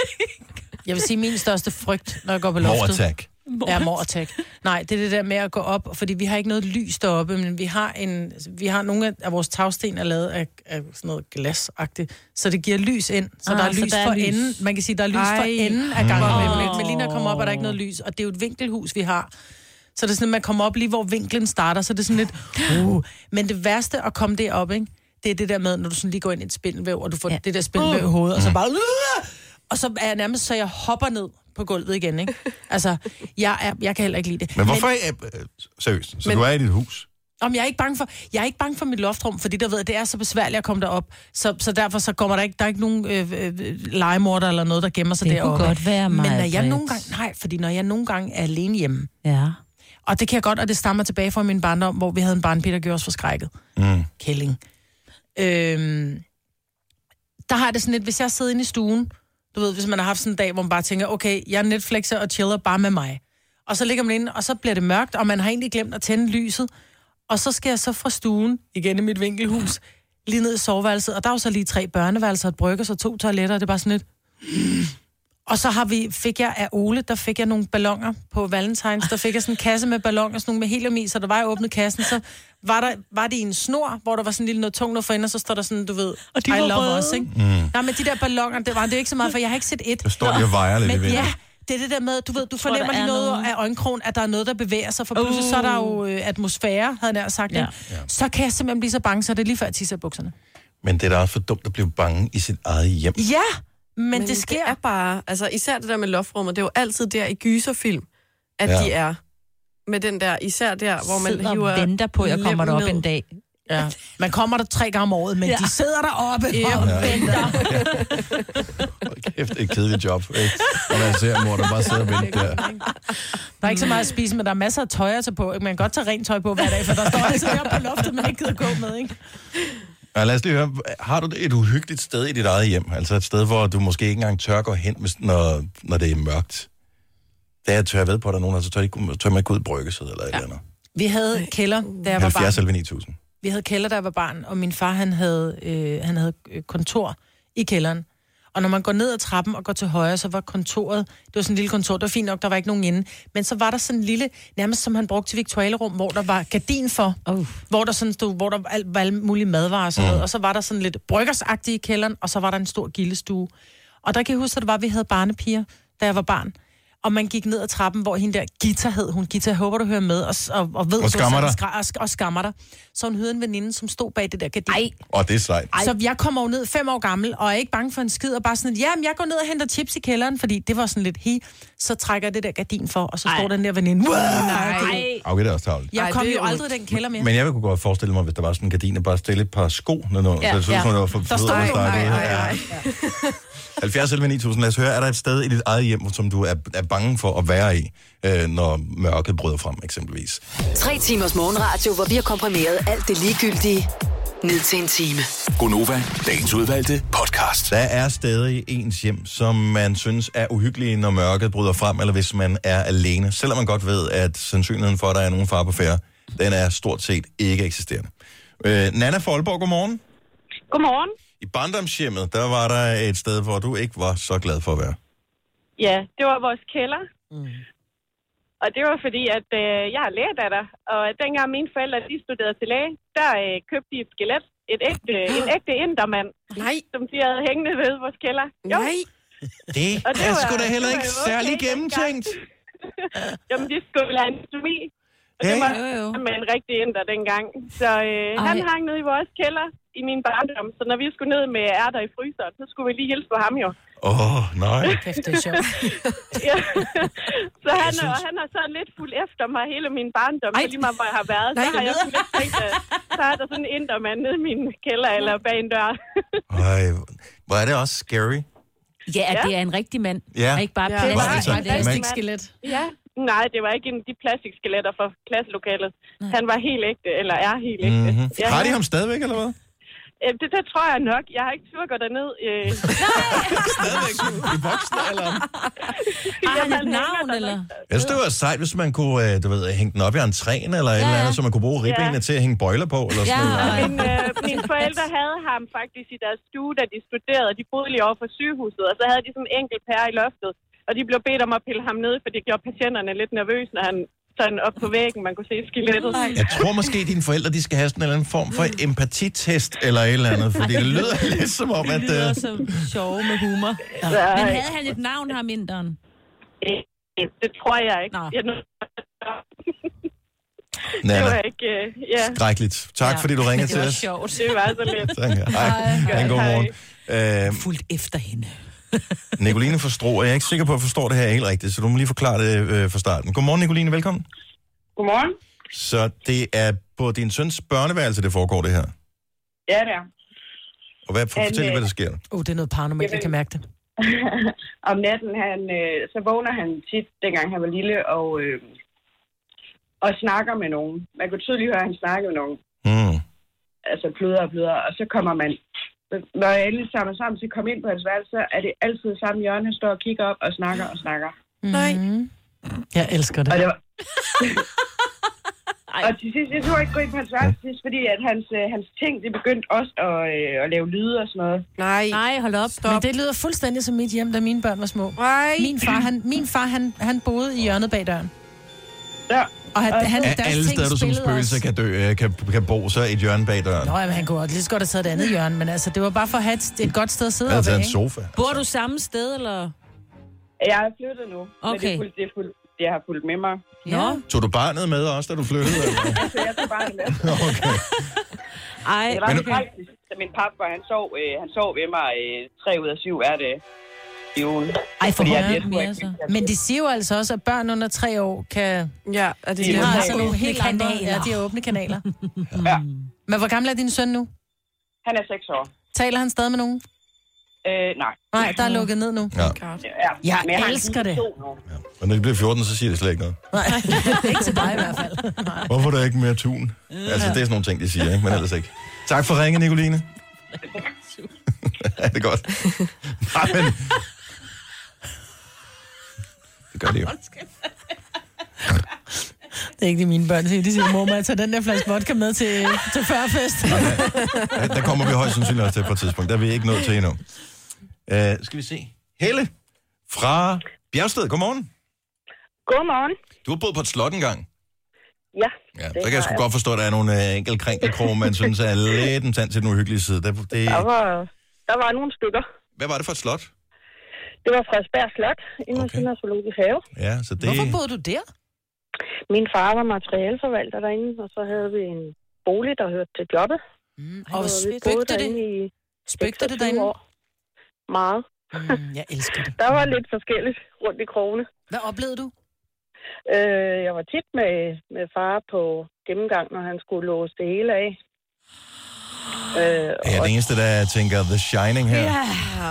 Jeg vil sige, min største frygt, når jeg går på loftet... Mor-attack. Ja, mor-attack. Nej, det er det der med at gå op, fordi vi har ikke noget lys deroppe, men vi har en, vi har nogle af vores tagsten er lavet af, af sådan noget glasagtigt, så det giver lys ind, så Ah, der er så lys der er for lys. enden. Man kan sige, der er lys Ej. for enden af gangen. Mm. Mm. Men lige når jeg kommer op, er der ikke noget lys, og det er jo et vinkelhus, vi har. Så det er sådan, at man kommer op lige, hvor vinklen starter, så det er sådan lidt... Uh. Men det værste at komme derop, ikke? Det er det der med, når du sådan lige går ind i et spindelvæv, og du får ja. det der spindelvæv i hovedet, og så bare... Uh. Og så er jeg nærmest, så jeg hopper ned på gulvet igen, ikke? Altså, jeg, er, jeg kan heller ikke lide det. Men hvorfor men, er... Seriøst, så men, du er i dit hus? Om jeg er ikke bange for, jeg er ikke bange for mit loftrum, fordi der ved, at det er så besværligt at komme derop. Så, så derfor så kommer der ikke, der er ikke nogen øh, øh, legemorder eller noget, der gemmer sig det deroppe. Det kunne godt være mig. Men når jeg nogle gange, nej, fordi når jeg nogle gange er alene hjemme, ja. Og det kan jeg godt, og det stammer tilbage fra min barndom, hvor vi havde en barnpige, der gjorde os forskrækket. Mm. Kælling. Øhm, der har jeg det sådan lidt, hvis jeg sidder inde i stuen, du ved, hvis man har haft sådan en dag, hvor man bare tænker, okay, jeg Netflixer og chiller bare med mig. Og så ligger man inde, og så bliver det mørkt, og man har egentlig glemt at tænde lyset. Og så skal jeg så fra stuen, igen i mit vinkelhus, lige ned i soveværelset, og der er jo så lige tre børneværelser, et bryggers og to toiletter, og det er bare sådan lidt... Og så har vi, fik jeg af Ole, der fik jeg nogle ballonger på Valentines, der fik jeg sådan en kasse med ballonger, sådan nogle med helium i, så der var jeg åbnet kassen, så var, der, var det i en snor, hvor der var sådan en lille noget tungt noget for enden, og så står der sådan, du ved, og de I love røde. us, ikke? Mm. Nej, men de der ballonger, det var det er ikke så meget, for jeg har ikke set et. Der står de og vejer lidt i Men vinden. ja, det er det der med, du ved, du tror, fornemmer der lige er noget noget. af øjenkrogen, at der er noget, der bevæger sig, for pludselig uh. så er der jo øh, atmosfære, havde jeg nær sagt, ja. ja. Så kan jeg simpelthen blive så bange, så det er lige før jeg tisser i bukserne. Men det er da også for dumt at blive bange i sit eget hjem. Ja, men, men det sker. Det er bare, altså især det der med loftrummet, det er jo altid der i gyserfilm, at Ja. ja. de er. Med den der, især der, hvor man sidder hiver og venter på, at jeg kommer derop ned. en dag. Ja. Man kommer der tre gange om året, men ja. de sidder deroppe Ja. og Ja. venter. Kæft, et kedeligt job, ikke? Og man ser mor, der bare sidder og venter der. Der er ikke så meget at spise, men der er masser af tøj at tage på. Ikke? Man kan godt tage rent tøj på hver dag, for der står altså her på loftet, man ikke gider gå med, ikke? Ja, lad os lige høre, har du et uhyggeligt sted i dit eget hjem? Altså et sted, hvor du måske ikke engang tør gå hen, når, når det er mørkt? Det er, tør jeg ved på, at der er nogen, der så tør, ikke, tør man ikke gå ud i bryggesid eller et ja. eller andet. Vi havde kælder, da jeg var halvfjerds barn. eller ni tusind. Vi havde kælder, da jeg var barn, og min far, han havde, øh, han havde kontor i kælderen. Og når man går ned ad trappen og går til højre, så var kontoret, det var sådan en lille kontor, det var fint nok, der var ikke nogen inde. Men så var der sådan en lille, nærmest som han brugte til viktualerum, hvor der var gardin for, uh. hvor der sådan stod, hvor der var alle, alle mulige madvarer og sådan noget. Mm. Og så var der sådan lidt bryggersagtigt i kælderen, og så var der en stor gildestue. Og der kan jeg huske, at det var, at vi havde barnepiger, da jeg var barn. Og man gik ned ad trappen, hvor hende der Gita hed. Hun Gita, jeg håber, du hører med, og, og, og ved, og skammer dig. Skra- og, og skammer dig. Så hun hørte en veninde, som stod bag det der gardin. Ej. Og det er sejt. Så jeg kommer jo ned fem år gammel, og er ikke bange for en skid, og bare sådan, ja, men jeg går ned og henter chips i kælderen, fordi det var sådan lidt hi. Så trækker jeg det der gardin for, og så står den der veninde. Wow, nej. Okay, det er også tavligt. Jeg kom jo aldrig i den kælder mere. Men jeg kunne godt forestille mig, hvis der var sådan en gardin, og bare stille et par sko, når noget, ja, så det så, ja. Sådan, der var for der står jo, nej, nej, halvfjerds eller ni tusind, lad os høre, er der et sted i dit eget hjem, som du er, er bange for at være i, øh, når mørket bryder frem, eksempelvis? Tre timers morgenradio, hvor vi har komprimeret alt det ligegyldige ned til en time. Gonova, dagens udvalgte podcast. Der er steder i ens hjem, som man synes er uhyggelige, når mørket bryder frem, eller hvis man er alene, selvom man godt ved, at sandsynligheden for, at der er nogen fare på færde, den er stort set ikke eksisterende. Øh, Nana Folborg, godmorgen. Godmorgen. I barndomshjemmet, der var der et sted, hvor du ikke var så glad for at være. Ja, det var vores kælder. Mm. Og det var fordi, at øh, jeg er lægedatter, og dengang mine forældre de studerede til læge, der øh, købte de et skelet, et ægte, en ægte indermand, Nej. som de havde hængende ved vores kælder. Jo. Nej. Det, Og det er var- sgu da heller ikke det var okay særlig dengang. gennemtænkt. Jamen, de skulle have anatomi. Og det var med en rigtig inder dengang. Så øh, han hang nede i vores kælder i min barndom. Så når vi skulle ned med ærter i fryseren, så skulle vi lige hilse på ham jo. Åh, oh, nej. Kæft, det er sjovt. Ja. Så han, synes... og han har så lidt fuldt efter mig hele min barndom. Så lige meget, hvor jeg har været, nej, så har jeg sådan lidt tænkt, at så er der sådan en indermand nede i min kælder eller bag en dør. Ej, hvor er det også scary. Ja, at det er en rigtig mand. Ja. Og ikke bare Ja. plastik. Altså, Ja, det er man- Plastikskelet. Ja. Nej, det var ikke en af de plastikskeletter fra klasselokalet. Han var helt ægte, eller er helt ægte. Mm-hmm. Ja. Har de ham stadigvæk, eller hvad? Øh, Det, det tror jeg nok. Jeg har ikke tur gå derned. Øh. Stadigvæk i voksen, eller? Har han et navn, eller? Jeg synes, det var sejt, hvis man kunne, øh, du ved, hænge den op i entréen, eller ja, et eller andet, så man kunne bruge ribbenene Ja. til at hænge bøjler på, eller sådan Ja, noget. min, øh, mine forældre havde ham faktisk i deres stue, da de studerede. De boede lige over for sygehuset, og så havde de sådan en enkelt pære i loftet. Og de blev bedt om at pille ham ned, for det gjorde patienterne lidt nervøse, når han sådan op på væggen, man kunne se skelettet. Jeg tror måske, at dine forældre, de skal have sådan en eller anden form for empatitest, eller et eller andet, fordi det lyder lidt som om, at... Det lyder øh, som sjove med humor. Ja. Men havde han et navn, ham inderen? Det tror jeg ikke. Jeg, det Nana, var ikke... Øh, ja. skrækkeligt. Tak, fordi du ringede til os. sjovt. Det var så lidt. Tak. Hej. Ha' en god morgen. Øh, Fuldt efter hende. Nicoline forstår, jeg er ikke sikker på, at jeg forstår det her helt rigtigt, så du må lige forklare det øh, fra starten. Godmorgen, Nicoline. Velkommen. Godmorgen. Så det er på din søns børneværelse, det foregår det her. Ja, det er. Og hvad, fortæl lige, hvad der sker. Åh, oh, det er noget paranormalt, jeg kan mærke det. Om natten, han, øh, så vågner han tit, dengang han var lille, og, øh, og snakker med nogen. Man kunne tydeligt høre, at han snakker med nogen. Mm. Altså pludder og pludder. Og så kommer man... Når jeg endelig samler sammen til at komme ind på hans værelse, så er det altid samme hjørne. Han står og kigger op og snakker og snakker. Nej. Jeg elsker det. Og det var... og til sidst, jeg turde ikke gå ind på hans værelse, til sidst, fordi at hans, øh, hans ting, det begyndte også at, øh, at lave lyde og sådan noget. Nej. Nej, hold op. Stop. Men det lyder fuldstændig som mit hjem, da mine børn var små. Nej. Min far, han, min far han, han boede i hjørnet bag døren. Ja. Og han, han, Af alle steder, du som spøgelse kan, dø, øh, kan, kan bo, så et hjørne bag døren. Nå, jamen, han kunne også lige så godt have taget det andet hjørne, men altså, det var bare for at have et, et godt sted at sidde Altså oppe, en ikke? sofa. Bor du samme sted, eller? Jeg er flyttet nu, okay. Men det, er fuldt, det, er fuldt, det har fulgt med mig. Ja. Tog du barnet med også, da du flyttede? Eller? Altså, jeg tog barnet med. Okay. Ej, det var men... så faktisk, da min pappa, han sov, øh, han sov ved mig øh, tre ud af syv hver dag i ugen. Ej, for Fordi jeg- højere jeg tror mere, ikke, så. Men de siger jo altså også, at børn under tre år kan... Ja, at de, de de har har åbne sådan nogle helt andre... kanaler. Ja, de har åbne kanaler. Ja. Men hvor gammel er din søn nu? Han er seks år. Taler han stadig med nogen? Øh, nej. Nej, der er lukket ned nu. Ja. Ja, Jeg men har en elsker det. to nu. Og når de bliver fjorten, så siger det slet ikke noget. Nej, ikke til dig i hvert fald. Nej. Hvorfor er der ikke mere tun? Altså, det er sådan nogle ting, de siger, ikke? Men ellers ikke. Tak for ringen, Nicoline. Ja, det er godt. Nej, men... Det gør det jo. Det er ikke det, mine børn siger. De siger, mor, må jeg tage den der flaske vodka med til, til førfest? Ja, der kommer vi højst sandsynligt også til på et tidspunkt. Der er vi ikke nået til endnu. Uh, skal vi se. Helle fra Bjergsted. Godmorgen. Godmorgen. Du har boet på et slot engang. Ja. Ja, så kan jeg sgu godt forstå, at der er nogle uh, enkelt krinkelkroge, man synes er lidt en tand til den uhyggelige side. Det, det... Der var, der var nogle stykker. Hvad var det for et slot? Det var Frederiksberg Slot, inde hos okay. Zoologisk Have. Ja, så det... Hvorfor boede du der? Min far var materialeforvalter derinde, og så havde vi en bolig, der hørte til jobbet. Mm, og og vi boede spøgte det? derinde i Spøgte det derinde? år. Meget. Mm, jeg elsker det. Der var lidt forskelligt rundt i krogene. Hvad oplevede du? Øh, jeg var tit med, med far på gennemgang, når han skulle låse det hele af. Øh, Ja, det eneste, der tænker The Shining her. Ja.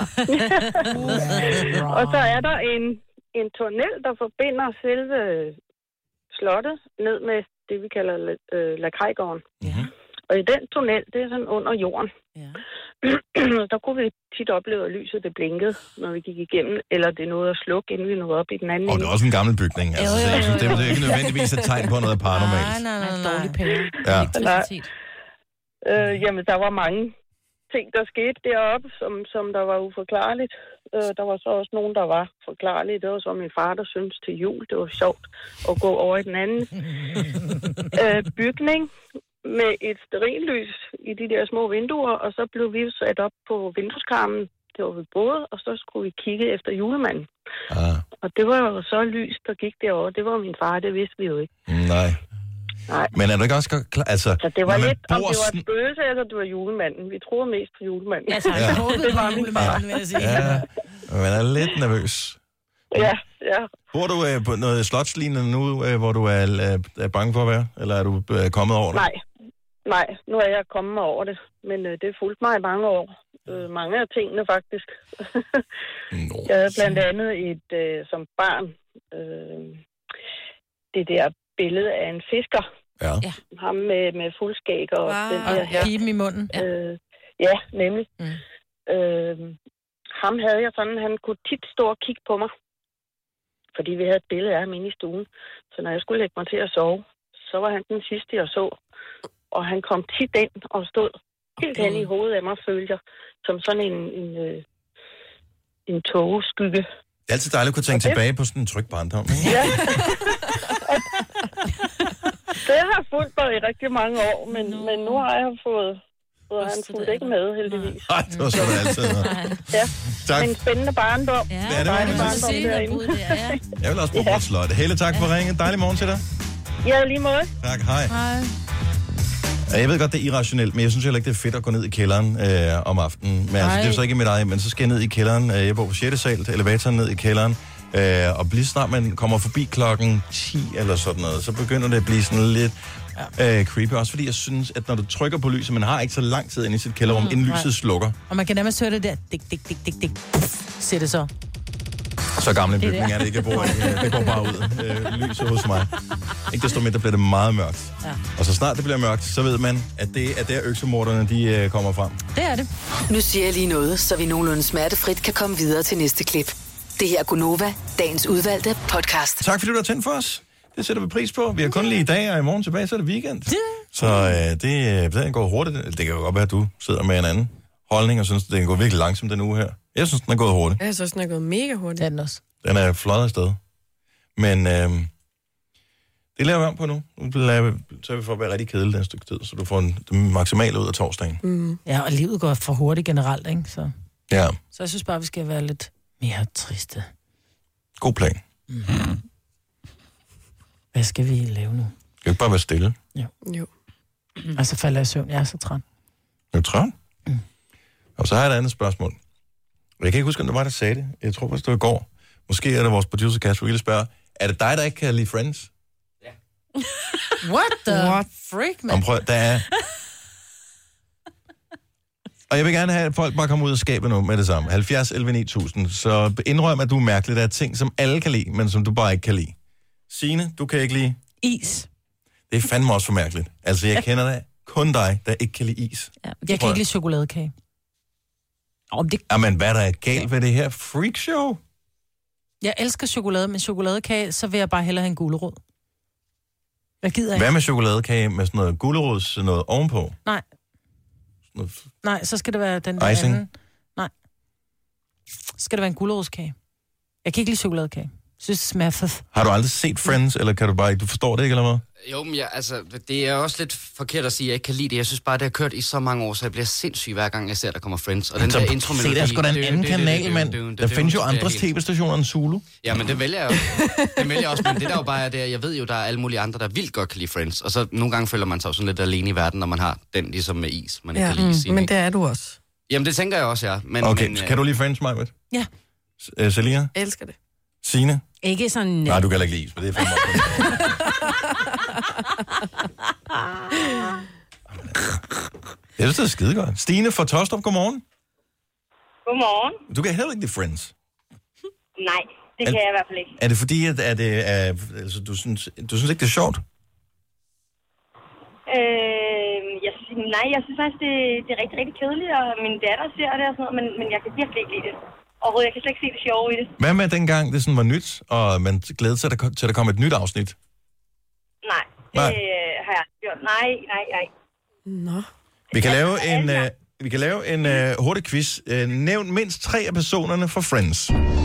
Og så er der en, en tunnel, der forbinder selve slottet ned med det, vi kalder øh, Lakajgården. Mm-hmm. Og i den tunnel, det er sådan under jorden. Ja. Der kunne vi tit opleve, at lyset det blinkede, når vi gik igennem, eller det nåede at slukke, inden vi nåede op i den anden. Og det er også en gammel bygning. Altså, så jeg synes, det er ikke nødvendigvis et tegn på noget paranormalt. Nej, nej, nej. Dårlig penge. Ja. Nej. Øh, jamen, der var mange ting, der skete deroppe, som, som der var uforklarligt. Øh, der var så også nogen, der var forklarlige. Det var så min far, der syntes til jul. Det var sjovt at gå over i den anden øh, bygning med et stearinlys i de der små vinduer, og så blev vi sat op på vindueskarmen, det var ved båden, og så skulle vi kigge efter julemanden. Ah. Og det var jo så lys, der gik derovre. Det var min far, det vidste vi jo ikke. Nej. Nej. Men er du ikke også klar? Altså, Så det var når man lidt, om bor det var sådan- spøgelse, eller det var julemanden. Vi troede mest på julemanden. Ja, så jeg håbede det på var min far. julemanden, vil jeg sige. Ja, man er lidt nervøs. Ja, ja. Bor du øh, på noget slotslignende nu, øh, hvor du er, øh, er bange for at være? Eller er du øh, kommet over det? Nej, nej. Nu er jeg kommet mig over det. Men øh, det fulgte mig i mange år. Øh, mange af tingene, faktisk. no. Jeg havde blandt andet et, øh, som barn, øh, det der billede af en fisker. Ja. Ham med, med fuldskæg og Ah, den og der her. piben i munden. Øh, ja, nemlig. Mm. Øh, ham havde jeg sådan, han kunne tit stå og kigge på mig. Fordi vi havde et billede af ham inde i stuen. Så når jeg skulle lægge mig til at sove, så var han den sidste, jeg så. Og han kom tit ind og stod helt hen i hovedet af mig, følte jeg. Som sådan en, en, øh, en togeskygge. Det er altid dejligt at kunne tænke tilbage på sådan en tryg barndom. Ja. Det har fulgt mig i rigtig mange år, men, men nu har jeg fået... Og han fulgte ikke med, heldigvis. Nej, det var sådan altid. Ja, Tak. men spændende barndom. Ja, det var det. barndom derinde. Jeg vil også bo på et slot. Helle, tak for ringen. Dejlig morgen til dig. Ja, lige måde. Tak, hej. Hej. Jeg ved godt, det er irrationelt, men jeg synes heller ikke, det er fedt at gå ned i kælderen øh, om aftenen. Men altså, det er jo så ikke med dig, men så skal jeg ned i kælderen. Jeg bor på sjette sal, elevatoren ned i kælderen. Øh, og lige snart man kommer forbi klokken ti eller sådan noget, så begynder det at blive sådan lidt øh, creepy. Også fordi jeg synes, at når du trykker på lyset, man har ikke så lang tid inde i sit kælderrum, mm, inden lyset nej. slukker. Og man kan nærmest høre det der, dik, dik, dik, dik, dik, siger det så. Så gamle en Det er bygning det. er det ikke, jeg bor i. Det går bare ud. Øh, lyset hos mig. Ikke desto mindre bliver det meget mørkt. Ja. Og så snart det bliver mørkt, så ved man, at det er der øksemorderne, de øh, kommer frem. Det er det. Nu siger jeg lige noget, så vi nogenlunde smertefrit kan komme videre til næste klip. Det her er Gunova, dagens udvalgte podcast. Tak fordi du har tændt for os. Det sætter vi pris på. Vi har kun lige i dag, og i morgen tilbage, så er det weekend. Så øh, det, det går hurtigt. Det kan jo godt være, at du sidder med en anden holdning, og synes, at det kan gå virkelig langsomt den uge her. Jeg synes, den er gået hurtigt. Jeg synes, den er gået mega hurtigt. Det er den også. Den er flot afsted. Men øh, det laver vi om på nu. Nu laver, så er vi for at være rigtig kedelig den stykke tid, så du får en, den maksimale ud af torsdagen. Mm. Ja, og livet går for hurtigt generelt, ikke? Så, Ja, så jeg synes bare, vi skal være lidt mere triste. god plan. Mm. Hvad skal vi lave nu? Skal vi ikke bare være stille? Jo. Jo. Mm. Og så falder jeg i søvn. Jeg er så træt. Er du træt? Mm. Og så har jeg et andet spørgsmål. Jeg kan ikke huske, om det var, der sagde det. Jeg tror faktisk, det var i går. Måske er det vores producer, Kasper Wille, spørger, er det dig, der ikke kan lide Friends? What the What? freak, man? Om prøv, der er... Og jeg vil gerne have, at folk bare kommer ud af skabet nu med det samme. halvfjerds elleve ni tusind. Så indrøm, at du er mærkelig. Der er ting, som alle kan lide, men som du bare ikke kan lide. Signe, du kan ikke lide... Is. Det er fandme også for mærkeligt. Altså, jeg kender dig. Kun dig, der ikke kan lide is. Ja, jeg kan ikke lide chokoladekage. Om det... Jamen, hvad der er galt ved det her freakshow? Jeg elsker chokolade, men chokoladekage, så vil jeg bare hellere have en gulerod. Hvad gider jeg? Hvad med chokoladekage med sådan noget gulerods, noget ovenpå? Nej. Noget... Nej, så skal det være den der Icing? anden. Nej. Så skal det være en gulerodskage. Jeg kan ikke lide chokoladekage. Jeg synes, det smager for... Har du aldrig set Friends, eller kan du bare ikke... Du forstår det ikke, eller hvad? Jo, men jeg, altså, det er også lidt forkert at sige, at jeg ikke kan lide det. Jeg synes bare, det har kørt i så mange år, så jeg bliver sindssyg hver gang, jeg ser, der kommer Friends. Og den så der intro se, der er sgu da en anden kanal, mand. Der findes jo andre tv-stationer end Zulu. Ja, men det vælger jeg jo. Det vælger jeg også, men det der jo bare er det, jeg ved jo, der er alle mulige andre, der vildt godt kan lide Friends. Og så nogle gange føler man sig sådan lidt alene i verden, når man har den ligesom med is, man ikke Ja, kan lide sin, men ikke? det er du også. Jamen, det tænker jeg også, ja. Men, Okay, men, kan du lide Friends, Majbert? Ja. Uh, Selina? Jeg elsker det. Signe? Ikke sådan... Nej, du kan heller ikke lide is, men det er fandme også. Jeg synes, det er skidegodt. Stine fra Tostrup, godmorgen. Godmorgen. Du kan heller ikke lide Friends. Nej, det kan Er- jeg i hvert fald ikke. Er det fordi, at er det, er, altså, du, synes, du synes ikke, det er sjovt? Øh, jeg, synes- nej, jeg synes faktisk, det, det er rigtig, rigtig kedeligt, og min datter ser det og sådan noget, men, men jeg kan virkelig ikke lide det. Overhovedet, jeg kan slet ikke se det sjove i det. Hvad med dengang, det sådan var nyt, og man glædede sig til, at der kom et nyt afsnit? Nej, det Nej. øh, har jeg gjort. Nej, nej, nej. Nå. Vi kan lave en, uh, vi kan lave en uh, hurtig quiz. Uh, nævn mindst tre af personerne fra Friends.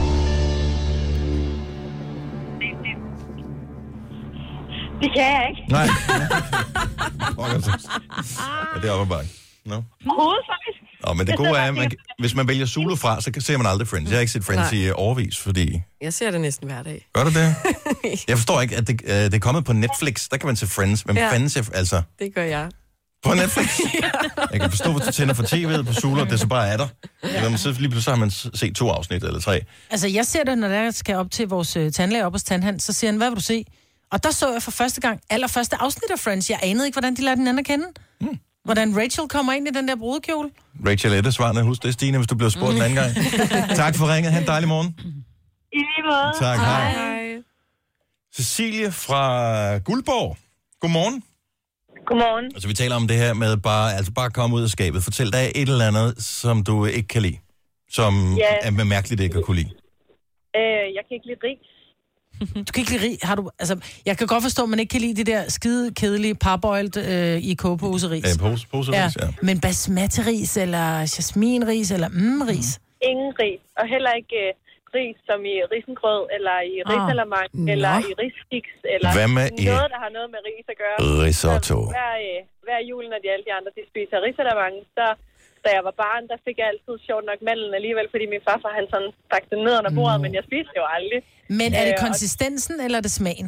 Det kan jeg ikke. Nej. Okay. Ja, det er op ad bakke. No. Overhovedet faktisk. Nå, men det gode er, at man, hvis man vælger Zulu fra, så ser man aldrig Friends. Jeg har ikke set Friends Nej. i årevis, fordi... Jeg ser det næsten hver dag. Gør du det? Jeg forstår ikke, at det, uh, det er kommet på Netflix. Der kan man se Friends. Hvem Ja. fanden ser... Altså, Det gør jeg. på Netflix? Jeg kan forstå, hvis du tænder for tv'et på Zulu, at det så bare er der. Eller man så lige pludselig har man set to afsnit eller tre. Altså, jeg ser det, når jeg skal op til vores øh, tandlæge op hos Tandhand, så siger han, hvad vil du se? Og der så jeg for første gang, allerførste afsnit af Friends. Jeg anede ikke, hvordan de lader den anden kende. Hmm. Hvordan Rachel kommer ind i den der brudekjole. Rachel er det svarende. Husk det, Stine, hvis du bliver spurgt mm. en anden gang. Tak for ringet. Ha' en dejlig morgen. I lige måde. Tak, hej. hej. Cecilie fra Guldborg. Godmorgen. Godmorgen. Altså, vi taler om det her med bare, altså bare komme ud af skabet. Fortæl dig et eller andet, som du ikke kan lide. Som Ja. er mærkeligt ikke at kunne lide. Øh, jeg kan ikke lide ris. Du kan ikke lide ris. Har du, altså, jeg kan godt forstå, at man ikke kan lide det der skide kedelige parboiled øh, i kogeposeris. Ja, pose, poseris, ja. Men basmati-ris, eller jasminris, eller mm-ris. Ingen ris. Og heller ikke øh, ris som i risengrød, eller i risalamang, Nå. eller i riskiks, eller Hvad med i- noget, der har noget med ris at gøre. Risotto. Så hver, øh, hver jul, når de alle de andre de spiser risalamang, så da jeg var barn, der fik jeg altid sjovt nok mandlen alligevel, fordi min farfar han sådan stak det ned under bordet, men jeg spiste det jo aldrig. Men er det Øh, og- konsistensen, eller er det smagen?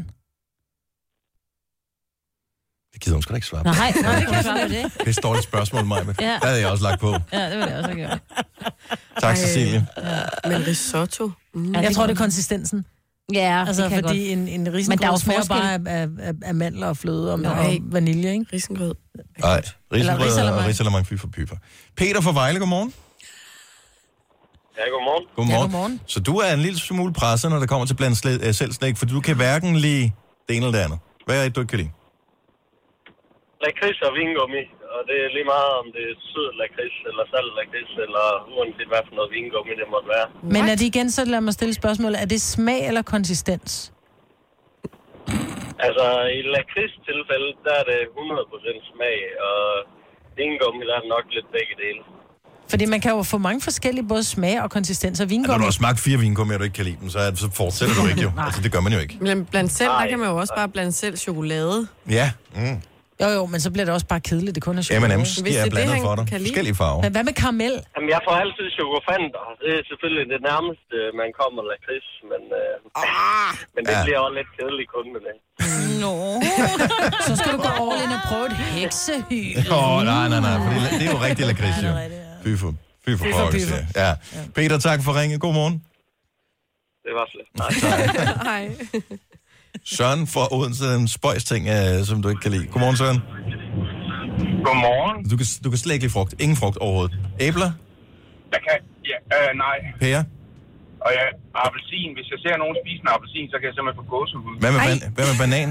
Det gider hun sgu da ikke svare på. Nej, nej, det kan jeg svare på det. Det er et dårligt spørgsmål, Maja. Ja. Der havde jeg også lagt på. Ja, det vil jeg også have gjort. Tak, Cecilie. Men risotto? Mm. Jeg tror, det er konsistensen. Ja, Altså, det kan fordi godt. en, en Men der er jo risengrød smager forskel. bare af, af, af, af mandler og fløde og, Nej. og vanilje, ikke? Risengrød. Nej, risengrød risalamang. og risalamang, fy for pyfer. Peter fra Vejle, godmorgen. Ja, godmorgen. Godmorgen. Ja, godmorgen. Så du er en lille smule presset, når det kommer til blandt sle- øh, selv slik, for du kan hverken lide det ene eller det andet. Hvad er det, du ikke kan lide? Lakrids og vingummi, og det er lige meget, om det er sød lakrids, eller salt lakrids, eller uanset hvad for noget vingummi det måtte være. Men er det igen, så lad mig stille spørgsmålet, er det smag eller konsistens? Altså, i lakrids tilfælde, der er det hundrede procent smag, og vingummi, der er nok lidt begge dele. Fordi man kan jo få mange forskellige både smag og konsistens og Ja, når vingummi. du har smagt fire vingummi, og du ikke kan lide dem, så, er, så fortsætter du ikke jo. Altså, det gør man jo ikke. Men blandt selv, der kan man jo også bare blande selv chokolade. Ja. Mm. Jo, jo, men så bliver det også bare kedeligt. Det kun er M chokolade. and M's, de er blandet for dig. Forskellige farver. Men hvad med karamel? Jamen, jeg får altid chokofanter. Det er selvfølgelig det nærmeste, man kommer lakrids, men, øh, ah, men det ja. bliver også lidt kedeligt kun med det. Nå. Så skal du gå all in og prøve et heksehyl. Åh, oh, nej, nej, nej, for det, det er jo rigtig lakrids, jo. Fy for, fy for Fy for pokker, pyfer. siger jeg. Ja. Peter, tak for ringe. God morgen. Det var slet. Hej. Søren fra Odense, en spøjs ting, uh, som du ikke kan lide. Godmorgen, Søren. Godmorgen. Du kan, du kan slet ikke lide frugt. Ingen frugt overhovedet. Æbler? Jeg kan, ja, øh, nej. Pære? Og ja, appelsin. Hvis jeg ser nogen spise en appelsin, så kan jeg simpelthen få gåsehud. Hvad med, ban- hvad med banan?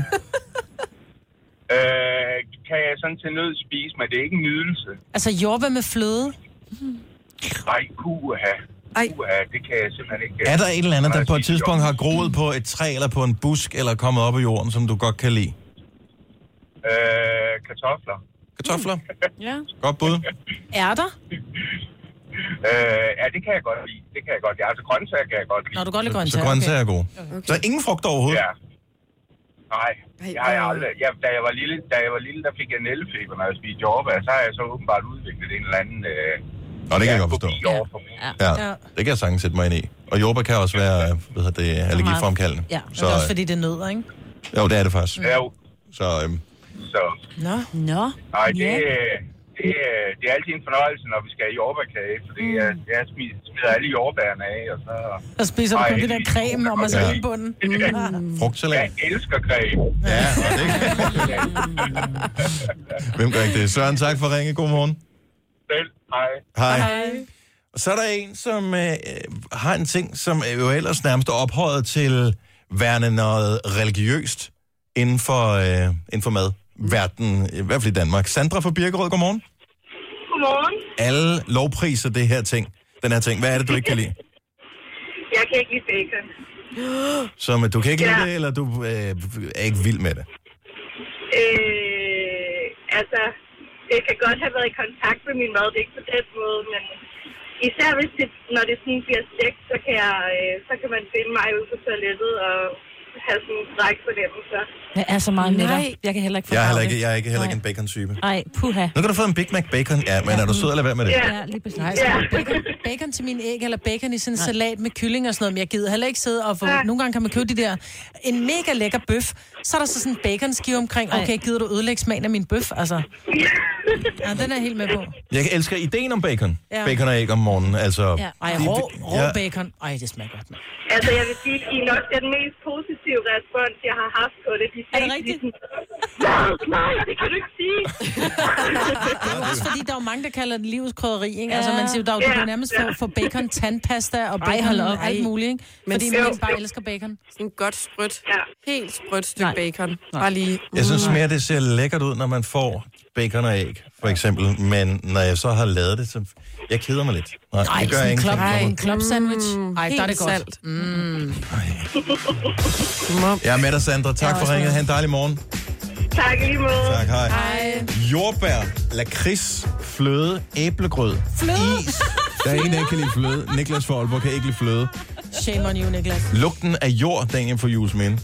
Øh, kan jeg sådan til nød spise, men det er ikke en nydelse. Altså jordbær med fløde? Nej, kuha. Kuha, det kan jeg simpelthen ikke. Er der et eller andet, der på et tidspunkt har groet på et træ eller på en busk, eller kommet op af jorden, som du godt kan lide? Øh, kartofler. Kartofler? Ja. Godt bud. Ærter? Øh, ja, det kan jeg godt lide. Det kan jeg godt lide. Altså, grøntsager kan jeg godt lide. Nå, du kan godt lide Så grøntsager. grøntsager er gode. Okay. Så ingen frugt overhovedet? Ja. Nej, jeg har jeg aldrig. Jeg, da, jeg var lille, da jeg var lille, der fik jeg nældefeber, når jeg spiste jordbær. Så har jeg så åbenbart udviklet en eller anden... Øh, Nå, det kan jeg godt forstå. Ja. Ja, det kan jeg sagtens sætte mig ind i. Og jordbær kan også være, hvad hedder det, allergifremkaldende. Ja, men det er også fordi, det er nødder, ikke? Jo, det er det faktisk. Ja, jo. Så, øhm, Så... Nå. Nå. Nej, det, Ja. yeah. det, er- det er altid en fornøjelse, når vi skal have jordbærkage, fordi mm. jeg, jeg smider, smider alle jordbærne af, og så... Så spiser du Ej, kun det der creme og marcelinebunden. Mm. Frugtsalat. Jeg elsker creme. Ja, og det hvem gør ikke det? Søren, tak for at ringe. God morgen. Selv, hej. Hej. Hej. Og så er der en, som øh, har en ting, som er jo ellers nærmest er ophøjet til værende noget religiøst inden for, øh, inden for madverden, i hvert fald i Danmark. Sandra fra Birkerød, godmorgen. Godmorgen. Alle lovpriser det her ting, den her ting. Hvad er det, du ikke kan lide? Jeg kan ikke lide bacon. Som du kan ikke lide Ja. det, eller du øh, er ikke vild med det? Øh, altså, det kan godt have været i kontakt med min mad, det er ikke på den måde, men især hvis det, når det sådan bliver stegt, så kan, jeg, øh, så kan man finde mig ude på toilettet og have sådan en stræk på dem, så... Jeg er så meget med dig. Jeg kan heller ikke Jeg er heller fordrage ikke, jeg er ikke, heller ikke en bacon-type. Nej, puha. Nu kan du få en Big Mac bacon. Ja, men er du sød at lade være med det? Ja, lige præcis. Nej, så bacon, bacon til mine æg, eller bacon i sådan en salat med kylling og sådan noget, men jeg gider heller ikke sidde og få... Nogle gange kan man købe de der... En mega lækker bøf, så er der så sådan en baconskive omkring. Okay, gider du ødelægge smagen af min bøf? Altså... Ja, den er jeg helt med på. Jeg elsker ideen om bacon. Ja. Bacon og æg om morgenen. Altså, Ja. Ej, rå, rå Ja. bacon. Ej, det smager godt, mand. Altså, jeg vil sige, I er nok den mest positive respons, jeg har haft på det. De Er det rigtigt? Nej, nej, det kan du ikke sige. Det er jo også fordi, der er jo mange, der kalder det livets krydderi, ikke? Altså, man siger jo, der er jo, du kan nærmest få, få bacon, tandpasta og Ej, bacon hold og op. alt muligt, ikke? Men Fordi jo. man bare elsker bacon. Sådan godt sprødt. Ja. Helt sprødt stykke Nej. bacon. Bare lige... Jeg synes mere, det ser lækkert ud, når man får bacon og æg, for eksempel. Men når jeg så har lavet det, så... Jeg keder mig lidt. Nej, Ej, det gør sådan en ingenting. klop, for mig. en klop sandwich. Ej, der er det Helt godt. salt. Mm. Jeg er med dig, Sandra. Tak for ringet. Ha' en dejlig morgen. Tak i lige måde. Tak, hej. Ej. Jordbær, lakrids, fløde, æblegrød, Fløde? is. Der er en, der ikke kan lide fløde. Niklas for Aalborg kan ikke lide fløde. Shame on you, Niklas. Lugten af jord, Daniel for Julesminde.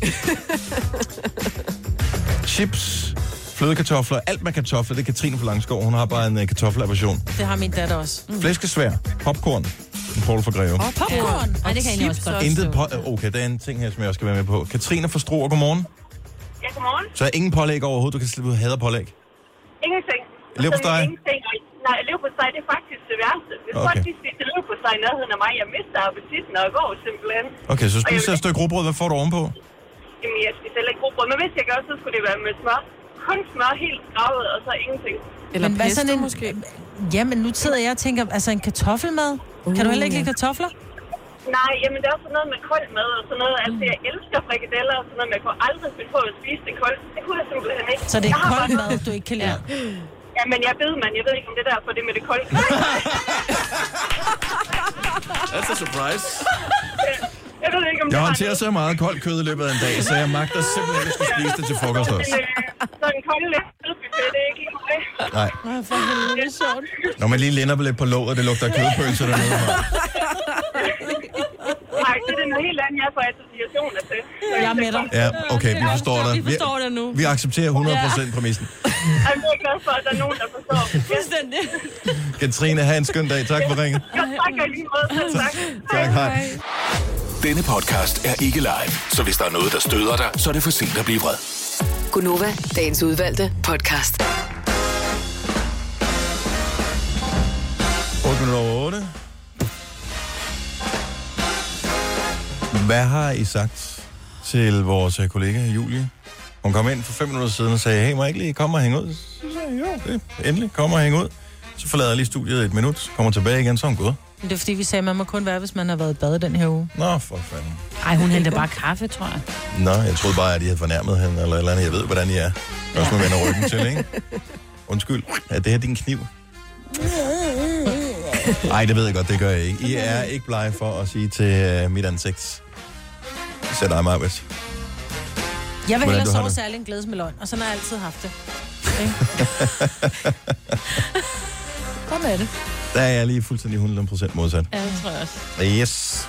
Chips, flødekartofler, alt med kartofler. Det er Katrine fra Langskov. Hun har bare en uh, kartoffelaversion. Det har min datter også. Mm. Flæskesvær, popcorn, en Paul for Greve. Og popcorn. Ja. Ej, det kan jeg egentlig også godt. Intet po- okay, der er en ting her, som jeg også skal være med på. Katrine fra Struer, godmorgen. Ja, godmorgen. Så er ingen pålæg overhovedet. Du kan slippe ud hader pålæg. Ingenting. Leverpostej? Altså, ingenting. Nej, leverpostej, det er faktisk det værste. Hvis Okay. folk de spiser leverpostej i nærheden af mig, jeg mister appetitten og går simpelthen. Okay, så Og jeg spiser vil- et stykke rugbrød. Hvad får du ovenpå? Jamen, jeg spiser heller ikke rugbrød, men hvis jeg gør, så skulle det være med smør. Kun smør, helt skravet, og så ingenting. Eller Men hvad pesto sådan en, måske. Jamen, nu sidder jeg og tænker, altså en kartoffelmad? Uh, kan du heller ikke lide kartofler? Nej, jamen det er også sådan noget med kold mad og sådan noget. Altså, jeg elsker frikadeller og sådan noget, men jeg kunne aldrig finde på at spise det koldt. Det kunne jeg simpelthen ikke. Så det Jeg er har kold bare- mad, du ikke kan lide? Ja, men jeg ved, man. Jeg ved ikke, om det er derfor, det med det kolde. That's a surprise. Jeg ved ikke, om det Jeg har håndterer så meget koldt kød i løbet af en dag, så jeg magter simpelthen ikke at skulle spise det til frokost også. Men, øh, så en kold buffet, det er ikke lige mig. Nej. Nej, for helvede, det er sjovt. Når man lige linder lidt på låget, det lugter kødpølse dernede. Nej, det er noget helt andet, jeg får associationer til. Så Jeg er med dig. Ja, okay, vi forstår dig. Vi forstår det nu. Vi accepterer hundrede procent præmissen. Jeg er glad for, at der er nogen, der forstår. Fuldstændig. Katrine, have en skøn dag. Tak for ringet. Jeg takker i lige måde. Tak. Tak, hej. Denne podcast er ikke live, så hvis der er noget, der støder dig, så er det for sent at blive vred. Gunova, dagens udvalgte podcast. otte minutter over otte. Hvad har I sagt til vores kollega Julie? Hun kom ind for fem minutter siden og sagde, hey, må jeg ikke lige komme og hænge ud? Så sagde jeg, jo, det er endelig, kom og hænge ud. Så forlader jeg lige studiet et minut, kommer tilbage igen, så er hun gået. Det er fordi, vi sagde, at man må kun være, hvis man har været i bad den her uge. Nå, for fanden. Ej, hun henter bare kaffe, tror jeg. Nå, jeg troede bare, at de havde fornærmet hende, eller et eller andet. Jeg ved, hvordan I er. Også med vender ryggen til, ikke? Undskyld, er det her din kniv? Nej, det ved jeg godt, det gør jeg ikke. I er ikke blege for at sige til uh, mit ansigt. Sæt dig, Marbet. Jeg vil Hvordan hellere du har sove det? særlig en glædes med løgn, og sådan har jeg altid haft det. Okay? Sådan er det. Der er jeg lige fuldstændig hundrede procent modsat. Ja, det tror jeg også. Yes.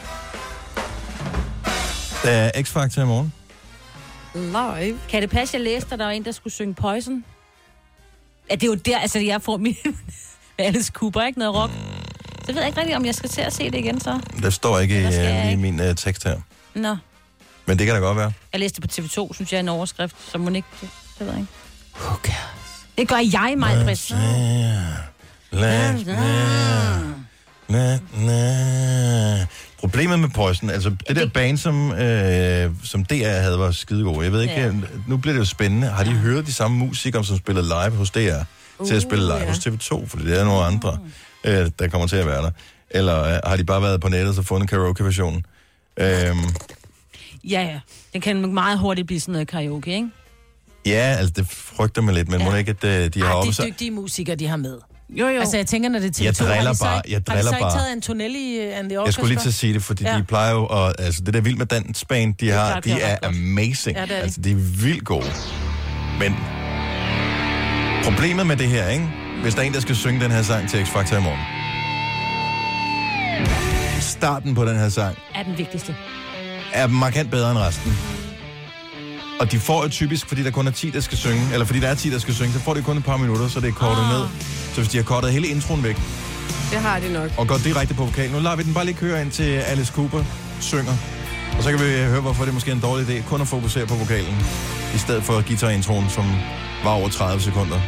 Der er X-Factor i morgen. Live. Kan det passe, jeg læste, at der var en, der skulle synge Poison? Ja, det er jo der, altså jeg får min... med Alice Cooper, ikke? Noget rock. Så jeg ved ikke rigtig, om jeg skal til at se det igen, så. Der står ikke Eller skal i, jeg i ikke? min uh, tekst her. Nå. Men det kan da godt være. Jeg læste det på T V to, synes jeg, en overskrift, som hun ikke... Det ved jeg ikke. Who cares? Det gør jeg, mig, Britt. La, la, la. Problemet med Poison, altså det der band, som, øh, som D R havde, var skidegod. Jeg ved ikke, Ja. nu bliver det jo spændende. Har de hørt de samme musikere, som spillede live hos D R, uh, til at spille live ja. hos T V to? For det er nogle andre, øh, der kommer til at være der. Eller øh, har de bare været på nettet og fundet karaoke-versionen? Øhm, Ja, ja. Det kan meget hurtigt blive sådan noget karaoke, ikke? ja, altså det frygter mig lidt, men ja. Må ikke, at øh, de har Ej, oppe de sig... er dygtige musikere, de har med. Jo, jo. Altså, jeg tænker, når det er T V to... Jeg driller har de så bare, ikke- jeg driller Har de så bare. ikke taget Antonelli uh, and the Orchestra? Jeg skulle lige til at sige det, fordi ja. de plejer jo, og, altså det der Vild med Dansband, de har, klart, de det er er ret godt. amazing. Ja, det er de. Altså, de er vildt gode. Men problemet med det her, ikke? Hvis der er en, der skal synge den her sang til X-Factor i morgen. Starten på den her sang Er den vigtigste. er markant bedre end resten. Og de får jo typisk, fordi der kun er ti, der skal synge, eller fordi der er ti, der skal synge, så får de kun et par minutter, så det er kortet ned. Så hvis de har kortet hele introen væk, Det har de nok. og går direkte på vokalen. Nu lader vi den bare lige køre ind til Alice Cooper synger. Og så kan vi høre, hvorfor det måske er en dårlig idé kun at fokusere på vokalen, i stedet for guitarintroen, som var over tredive sekunder.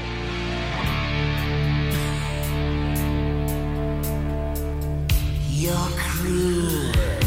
Your cruel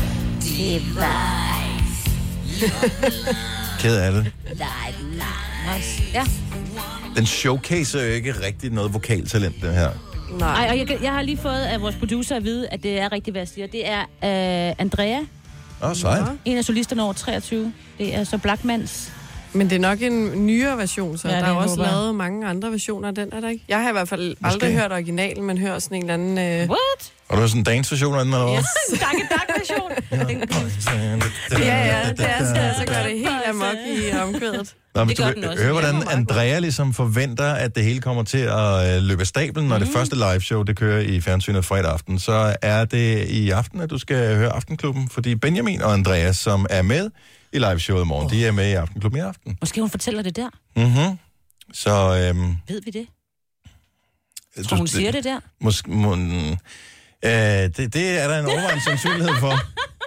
device. Ked af det. Ja. Den showcaser jo ikke rigtig noget vokaltalent, den her. Nej, og jeg, jeg har lige fået af vores producer at vide, at det er rigtigt, hvad jeg siger. Det er uh, Andrea. Åh, oh, sejt. En af solisterne over treogtyve. Det er så Blackmans. Men det er nok en nyere version, så Ja, ja, der det er også håber jeg. lavet mange andre versioner af den, er der ikke? Jeg har i hvert fald Måske. aldrig hørt originalen, men hører sådan en eller anden... Øh... What? Og du har sådan en dance-version af den, eller hvad? Yes. En dak-dak-version. Ja, ja, det er så, så gør det helt amok i omkvædet. Nå, men Det du gør vil den også. høre, Ja, hvordan meget Andrea ligesom forventer, at det hele kommer til at øh, løbe af stablen, når mm. det første liveshow, det kører i fjernsynet fredag aften. Så er det i aften, at du skal høre Aftenklubben, fordi Benjamin og Andrea, som er med i liveshowet i morgen, oh. de er med i Aftenklubben i aften. Måske hun fortæller det der. Mhm. Så... Øhm, Ved vi det? Tror hun siger det der? Måske... Må, øh, det, det er der en overvejende sandsynlighed for.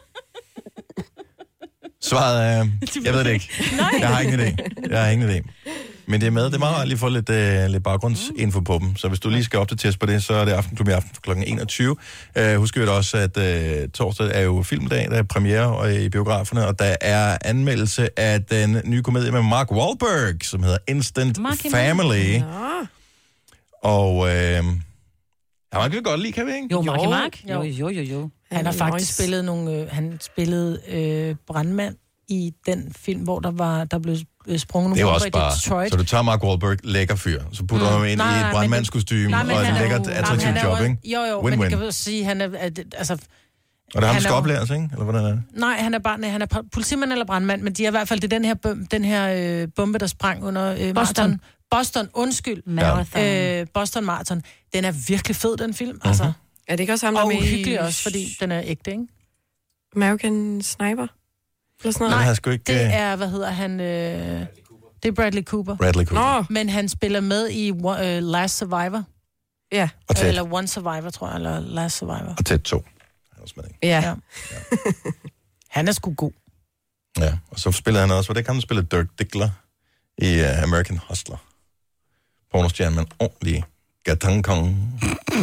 Svaret er... Jeg ved det ikke. Jeg har ingen idé. Jeg har ingen idé. Men det er med. Det er meget rart lige at få lidt, øh, lidt baggrundsinfo på dem. Så hvis du lige skal opdateres på det, så er det Aftenklub i aften klokken enogtyve. Uh, husk jo også, at uh, torsdag er jo filmdag, der er premiere i biograferne, og der er anmeldelse af den nye komedie med Mark Wahlberg, som hedder Instant Marky Family. Ja. Og øh, ja, man kan godt lide, kan vi ikke? Jo, Marky Jo. Mark. Jo, jo, jo, jo. Han har Nice. faktisk spillet nogle... Øh, han spillede øh, brandmand i den film, hvor der var der blev øh, sprunget Det er nogle jo bomber også i bare... Detroit. Så du tager Mark Wahlberg, lækker fyr, så putter du Mm. ham ind Nej, i nej, et men brandmandskostyme Nej, men og et han er lækkert, jo- attraktivt han er job, jo- ikke? Jo, jo, men Win-win. det kan jo sige, han er... At, altså, Og det er ham, han der skal er jo- oplæres, ikke? Eller hvordan er det? nej, han er bare nej, han er po- politimand eller brandmand, men de er i hvert fald, det er den her, bom, den her øh, bombe, der sprang under øh, Boston. Marathon. Boston, undskyld. Marathon. Øh, Boston Marathon. Den er virkelig fed, den film. Mm-hmm. Altså. Er det ikke også ham, der Og er med i- uhyggelig også, fordi den er ægte, ikke? American Sniper? Eller sådan noget? Nej, jeg har sgu ikke... Det øh, er, hvad hedder han? Øh, det er Bradley Cooper. Bradley Cooper. Nå, Men han spiller med i uh, Last Survivor. ja. Og tæt. Eller One Survivor, tror jeg, eller Last Survivor. Og tæt to. Han er også med, ikke? Ja. Ja. Han er sgu god. Ja, og så spillede han også... Hvor det kan han spille Dirk Diggler i uh, American Hustler. Pornostjerne med en ordentlig gatangkong.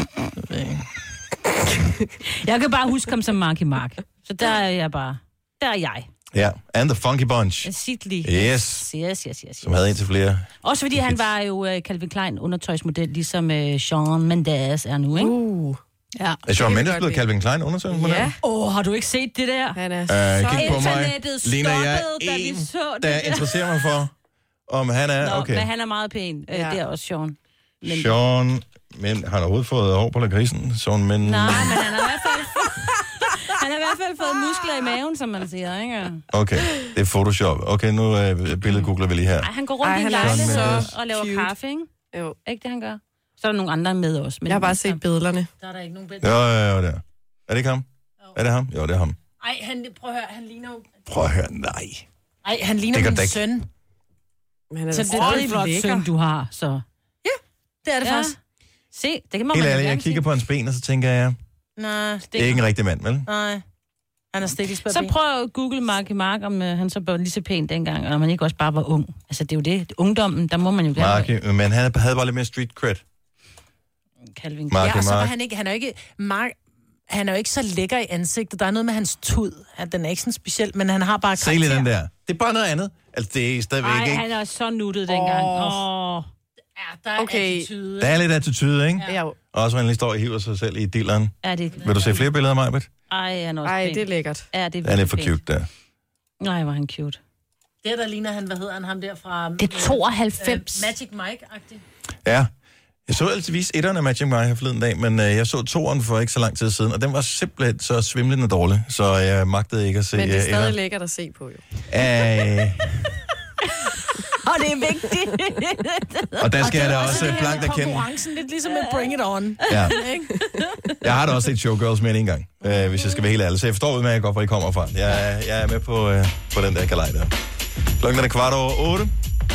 Jeg kan bare huske ham som Marky Mark. Så der er jeg bare... Der er jeg. Ja, and the Funky Bunch, Sidlig. Yes. Yes, yes, yes, yes. som havde en til flere. Også fordi han var jo uh, Calvin Klein undertøjsmodel, ligesom uh, Shawn Mendes er nu, ikke? Uh. Ja. Er Shawn kan Mendes godt blevet lide. Calvin Klein undersøgt? Ja. Åh, oh, har du ikke set det der? Han er Øh, så... kig på mig. Internettet Ligner jeg stoppede, da vi en, så det der der. interesserer mig for, om han er... Nå, Okay. men han er meget pæn. Ja. Ja. Det er også Shawn. Men... Sean, men har han overhovedet fået hår på lakridsen? Sean, men... Nej, men han har i hvert fald... han har i hvert fald fået muskler i maven, som man siger, ikke? Okay, det er Photoshop. Okay, nu øh, billedgoogler vi lige her. Ej, han går rundt Ej, i en han er lejlighed så og laver cute. kaffe, ikke? Jo. Ikke det, han gør? Så er der nogle andre med også. Men Jeg har bare set billederne. Der er der ikke nogen Jo, jo, jo, der. Er det ikke ham? Er det ham? Jo, det er ham. Ej, han, prøv at høre, han ligner jo... Prøv at høre, nej. Ej, han ligner Det gør min det ikke. søn. Men han er Så så det er Det er en flot lækker. søn, du har, så... Det er det Ja. faktisk. Se, det kan man Helt jo ærligt, jeg gerne kigger se. på hans ben, og så tænker jeg, Nej, det er ikke en rigtig mand, vel? nej. Han er stikket Så prøv at google Marky Mark, om uh, han så var lige så pæn dengang, og om han ikke også bare var ung. Altså, det er jo det. Ungdommen, der må man jo gerne... Marky, men han havde bare lidt mere street cred. Calvin Marky Ja, og så var Mark. han ikke... Han er jo ikke... Mark, han er jo ikke så lækker i ansigtet. Der er noget med hans tud. At den er ikke sådan speciel, men han har bare Se lige karakter. den der. Det er bare noget andet. Altså, det er stadigvæk Ej, ikke... han er så nuttet dengang. Åh. Oh. Ja, der er Okay. attitude. Der er lidt attitude, ikke? Ja. Og også, når han lige står og hiver sig selv i dilleren. Er det... Vil du se flere billeder af mig, Britt? Ej, han er også Ej, pæn. det er lækkert. Ja, det er, Det er lidt for virkelig cute, der. pænt. Nej, hvor er han cute. Det der ligner han, hvad hedder han, ham der fra... Det er tooghalvfems. Øh, Magic Mike-agtigt. Ja. Jeg så altid vist etteren af Magic Mike her forleden dag, men øh, jeg så toeren for ikke så lang tid siden, og den var simpelthen så svimlende dårlig, så jeg magtede ikke at se Men det er øh, stadig etteren. lækkert at se på, jo. Æh, Og det er vigtigt. Og der skal og jeg da er også det blankt her erkende. konkurrencen lidt ligesom med Bring It On. Ja. Ikke? Jeg har da også set Showgirls med en gang, øh, hvis jeg skal være helt ærlig. Så jeg forstår udmærket godt, hvor I kommer fra. Jeg, jeg er med på, øh, på den der galej der. Klokken er kvart over otte.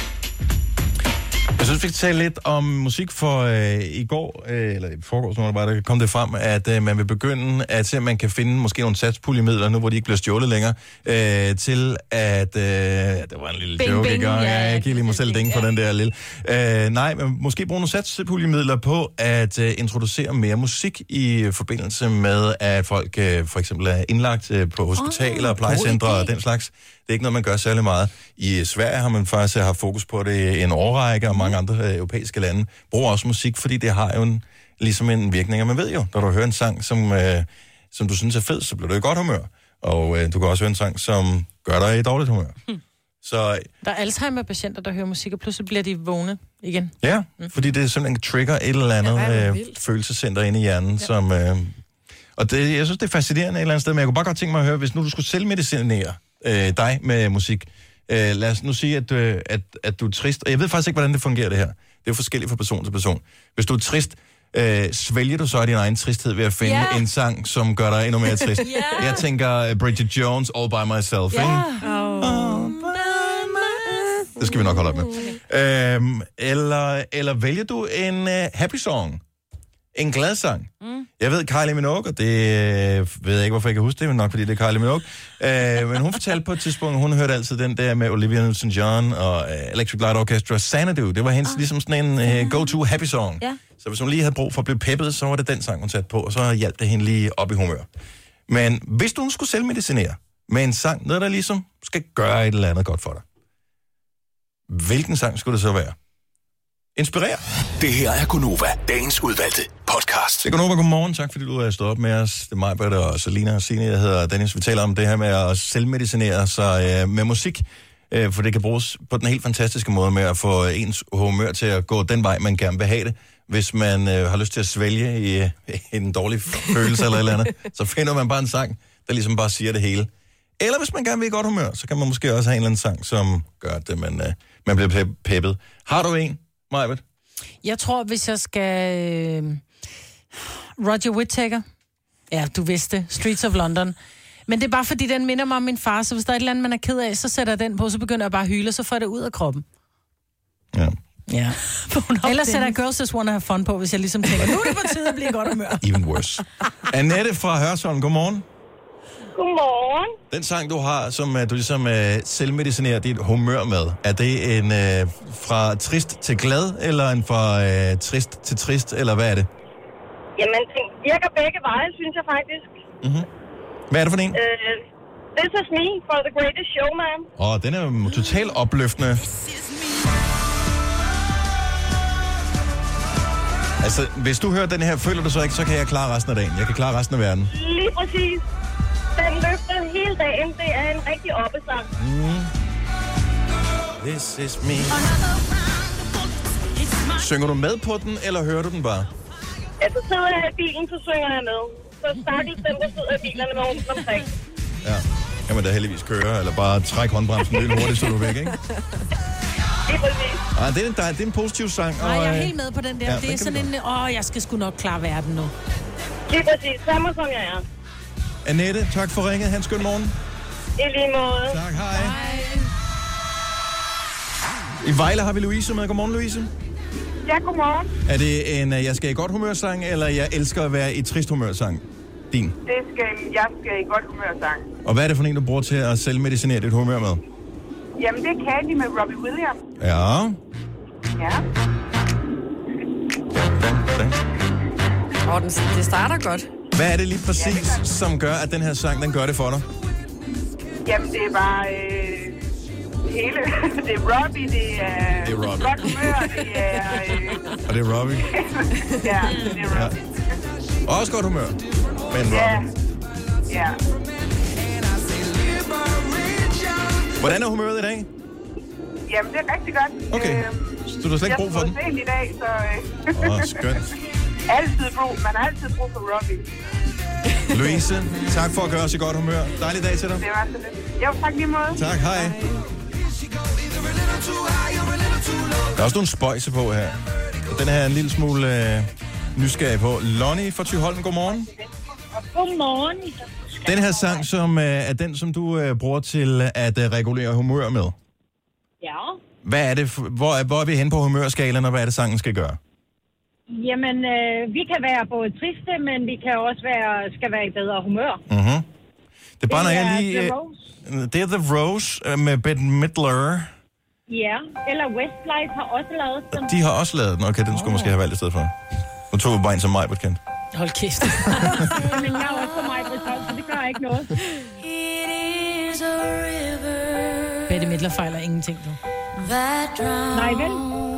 Jeg synes, vi skal tale lidt om musik, for øh, i går, øh, eller i forgårs, når der bare kom det frem, at øh, man vil begynde at se, om man kan finde måske nogle satspuljemidler, nu hvor de ikke bliver stjålet længere, øh, til at... Øh, det var en lille bing, joke, ikke? Ja, jeg giver lige mig selv ding for den der lille. Øh, nej, men måske bruge nogle satspuljemidler på at øh, introducere mere musik i forbindelse med, at folk øh, for eksempel er indlagt øh, på hospitaler, oh, plejecentre og den slags. Det er ikke noget, man gør særlig meget. I Sverige har man faktisk haft fokus på det i en årrække, og mange andre øh, europæiske lande bruger også musik, fordi det har jo en, ligesom en virkning. Og man ved jo, når du hører en sang, som, øh, som du synes er fed, så bliver du i godt humør. Og øh, du kan også høre en sang, som gør dig i dårligt humør. Hmm. Så, der er Alzheimer-patienter, der hører musik, og pludselig bliver de vågne igen. Ja, mm. fordi det simpelthen trigger et eller andet ja, øh, følelsescenter inde i hjernen, ja. som... Øh, og det, jeg synes, det er fascinerende et eller andet sted, men jeg kunne bare godt tænke mig at høre, hvis nu du skulle selvmedicinere øh, dig med musik. Øh, lad os nu sige, at, øh, at, at du er trist. Og jeg ved faktisk ikke, hvordan det fungerer, det her. Det er jo forskelligt fra person til person. Hvis du er trist, øh, svælger du så din egen tristhed ved at finde yeah. en sang, som gør dig endnu mere trist. yeah. Jeg tænker uh, Bridget Jones, All By Myself. Yeah. Oh. Oh. Det skal vi nok holde op med. Øhm, eller, eller vælger du en uh, happy song? En glad sang. Mm. Jeg ved Kylie Minogue, og det øh, ved jeg ikke, hvorfor jeg kan huske det, men nok fordi det er Kylie Minogue. Øh, men hun fortalte på et tidspunkt, hun hørte altid den der med Olivia Newton-John og øh, Electric Light Orchestra, Xanadu. Det var hendes oh. ligesom sådan en øh, go-to happy song. Yeah. Så hvis hun lige havde brug for at blive peppet, så var det den sang, hun satte på, og så hjalp det hende lige op i humør. Men hvis du skulle selvmedicinere med en sang, noget der ligesom skal gøre et eller andet godt for dig, hvilken sang skulle det så være? Inspirere. Det her er Gunova, dagens udvalgte podcast. Det er Gunova, godmorgen. Tak fordi du har stået op med os. Det er mig, Britta og Selina og Signe. Jeg hedder Dennis. Vi taler om det her med at selvmedicinere sig øh, med musik, øh, for det kan bruges på den helt fantastiske måde med at få ens humør til at gå den vej, man gerne vil have det. Hvis man øh, har lyst til at svælge i, i en dårlig følelse eller et eller andet, så finder man bare en sang, der ligesom bare siger det hele. Eller hvis man gerne vil i godt humør, så kan man måske også have en eller anden sang, som gør det, man, øh, man bliver peppet. Har du en? Majbet? Jeg tror, hvis jeg skal... Øh, Roger Whittaker. Ja, du vidste. Streets of London. Men det er bare, fordi den minder mig om min far, så hvis der er et eller andet, man er ked af, så sætter jeg den på, så begynder jeg bare at hyle, og så får jeg det ud af kroppen. Ja. Ja. Ellers sætter jeg Girls Just Wanna Have Fun på, hvis jeg ligesom tænker, nu er det på tide at blive godt humør. Even worse. Annette fra Hørsholm, godmorgen. Godmorgen. Den sang, du har, som uh, du ligesom uh, selvmedicinerer dit humør med, er det en uh, fra trist til glad, eller en fra uh, trist til trist, eller hvad er det? Jamen, det virker begge veje, synes jeg faktisk. Mm-hmm. Hvad er det for en? Uh, This Is Me for The Greatest Showman. Åh, oh, den er jo totalt opløftende. Altså, hvis du hører den her, føler du så ikke, så kan jeg klare resten af dagen. Jeg kan klare resten af verden. Lige præcis. Den løfter hele dagen. Det er en rigtig oppesang. Mm. This is me. Synger du med på den, eller hører du den bare? Ja, så sidder jeg i bilen, så synger jeg med. Så stakkels dem, der sidder i bilerne med rundt omkring. Ja, kan man da heldigvis køre, eller bare trække håndbremsen lidt hurtigt, så du er væk, ikke? Det er præcis. Ah, det, er en, det er en positiv sang. Nej, jeg er helt med på den der. Ja, det er sådan en, åh, oh, jeg skal sgu nok klare verden nu. Det er præcis. Samme som jeg er. Annette, tak for ringet. Han skøn morgen. I lige måde. Tak, hej. hej. I Vejle har vi Louise med. Godmorgen, Louise. Ja, godmorgen. Er det en, jeg skal i godt humørsang, eller jeg elsker at være i trist humørsang? Din? Det skal, jeg skal i godt humørsang. Og hvad er det for en, du bruger til at selvmedicinere dit humør med? Jamen, det er Candy med Robbie Williams. Ja. Ja. Åh, oh, det starter godt. Hvad er det lige præcis, ja, som gør, at den her sang, den gør det for dig? Jamen, det er bare øh, hele... det er Robbie, det er... Det er Robbie. Godt humør, det er... Øh, Og det er Robbie? ja, det er Robbie. Ja. Også godt humør, men Robbie. Ja. Ja. Hvordan er humøret i dag? Jamen, det er rigtig godt. Okay, øh, så du har slet ikke brug for den? Jeg i dag, så... Åh, øh, oh, skønt. altid brug. Man har altid brug for Robbie. Louise, tak for at gøre os i godt humør. Dejlig dag til dig. Det var så lidt. Jo, tak lige måde. Tak, hej. Der er også nogle spøjse på her. Og den her er en lille smule øh, nysgerrig på. Lonnie fra Thyholm, godmorgen. Godmorgen. Den her sang, som øh, er den, som du øh, bruger til at øh, regulere humør med. Ja. Hvad er det, for, hvor, er, hvor er vi henne på humørskalaen, og hvad er det, sangen skal gøre? Jamen, øh, vi kan være både triste, men vi kan også være, skal være i bedre humør. Mm-hmm. Det er bare, når det jeg er lige... The Øh, Rose. det er The Rose øh, med Bette Midler. Ja, eller Westlife har også lavet den. De har også lavet den. Okay, den skulle oh. måske have valgt i stedet for. Nu tog vi bare en som mig, bekendt. Hold kæft. Men jeg er også på mig, så det gør ikke noget. Bette Midler fejler ingenting, du. Nej, vel?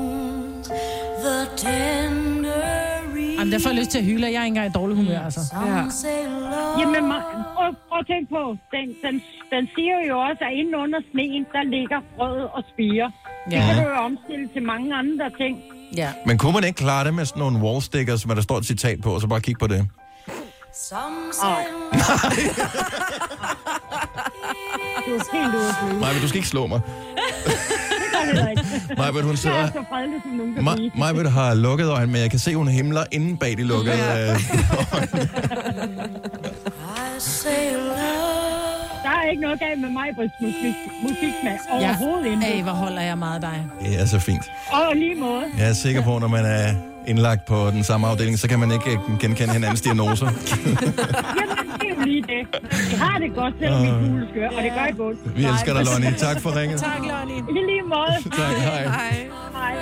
Jamen, der får jeg lyst til at hyle, og jeg er ikke engang i dårlig humør, altså. Ja. Jamen, prøv, prøv at tænke på, den, den, den siger jo også, at inden under sneen, der ligger frøet og spiger. Ja. Det kan du jo omstille til mange andre ting. Ja. Men kunne man ikke klare det med sådan nogle wallstickers, som der står et citat på, og så bare kigge på det? Nej. Du er helt ude at flyve. Nej, men du skal ikke slå mig. Majbert, hun sidder... Jeg er så fredelig, som nogen kan blive. Majbert har lukket øjne, men jeg kan se, hun himler inden bag de lukkede Ja. øjne. Der er ikke noget galt med mig på musik, musiksmag overhovedet ikke. Ej, hvor holder jeg meget af dig. Det er så fint. Og lige måde. Jeg er sikker på, når man er indlagt på den samme afdeling, så kan man ikke genkende hinandens diagnoser. Jamen, det er jo lige det. Jeg har det godt, selvom min kugle skør, og det gør ikke ondt. Vi elsker dig, Lonnie. Tak for ringet. Tak, Lonnie. I lige måde. Tak, hej. Hej. Hej.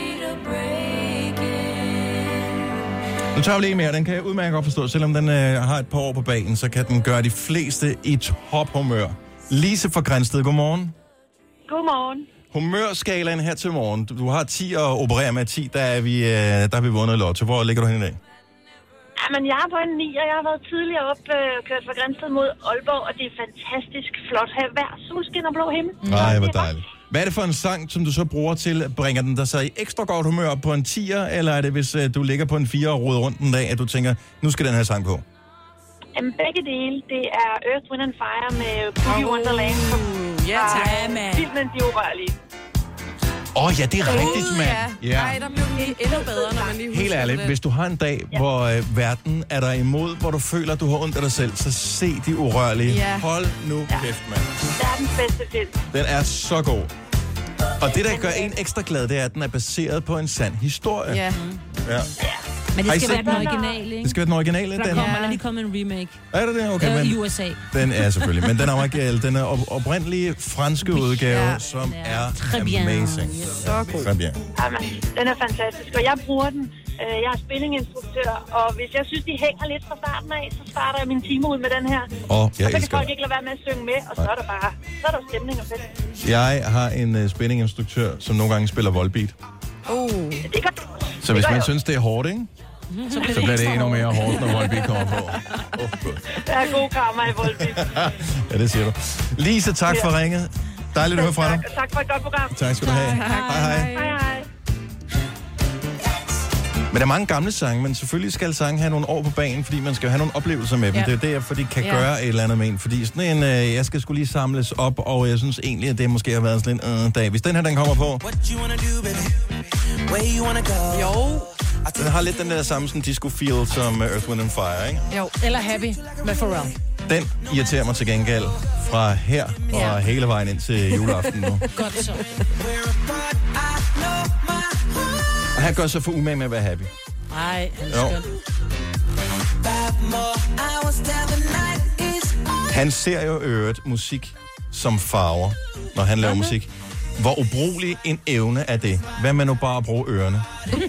Nu tager vi lige mere. Den kan jeg udmærket godt forstå. Selvom den øh, har et par år på banen, så kan den gøre de fleste i tophumør. Lise fra Grænsted, godmorgen. Godmorgen. Humørskalaen her til morgen. Du, du har ti at operere med. ti, der er vi, øh, der har vi vundet lotto. Hvor ligger du hen i dag? Jamen, jeg er på en ni, og jeg har været tidligere op og øh, kørt fra Grænsted mod Aalborg, og det er fantastisk flot her. Hver solskin og blå himmel. Nej, hvor dejligt. Hvad er det for en sang, som du så bruger til? Bringer den dig så i ekstra godt humør op på en tier, eller er det, hvis uh, du ligger på en fire og roder rundt en dag, at du tænker, nu skal den her sang på? Jamen, begge dele. Det er Earth, Wind and Fire med Boogie oh. Wonderland. Ja, tak, mand. Filmen De Urørlige. Åh oh, ja, det er uh, rigtigt, mand. Ja. Ja. Ej, der blev den endnu bedre, når man lige husker Helt ærligt, det. hvis du har en dag, ja. hvor øh, verden er der imod, hvor du føler, at du har ondt af dig selv, så se De Urørlige. Ja. Hold nu ja. kæft, mand. Det er den bedste film. Den er så god. Og det, der gør en ekstra glad, det er, at den er baseret på en sand historie. Ja. Ja. Men Har I det skal set være den den? originale, ikke? Det skal være den originale, Der den. kommer der lige kommet en remake. Er det det? Okay, øh, men I U S A. Den er selvfølgelig, men den er original. Den er op- oprindelige franske udgave, Ja. som Ja. er Très bien. amazing. Så god. Très bien. Jamen, den er fantastisk, og jeg bruger den. Øh, Jeg er spillinginstruktør, og hvis jeg synes, de hænger lidt fra starten af, så starter jeg min time ud med den her. Åh, jeg og så kan elsker folk det. ikke lade være med at synge med, og så er der bare så er der stemning og fest. Jeg har en uh, spinninginstruktør, som nogle gange spiller voldbeat. Uh. Det gør du. Så hvis man synes, det er hårdt, ikke? Så Så bliver det endnu mere hårdt, når voldbeat kommer på. Der er god karma i Volbeat. Ja, det siger du. Lise, tak for ringet. Dejligt at høre fra dig. Tak, tak for et godt program. Tak skal du have. Hej, hej. Hej, hej. Men der er mange gamle sange, men selvfølgelig skal sange have nogle år på banen, fordi man skal have nogle oplevelser med dem. Ja. Det er derfor, de kan Ja. gøre et eller andet med en. Fordi sådan en, øh, jeg skal skulle lige samles op, og jeg synes egentlig, at det måske har været sådan en øh, dag. Hvis den her, den kommer på, Jo. den har lidt den der samme sådan disco-feel som Earth, Wind and Fire, ikke? Jo, eller Happy med Pharrell. Den irriterer mig til gengæld fra her og Ja. hele vejen ind til juleaften nu. Godt så. Og han gør sig for umage med at være happy. Nej, han er Jo. skøn. Han ser jo øvrigt musik som farver, når han laver musik. Hvor ubrugelig en evne er det. Hvad med nu bare at bruge ørerne?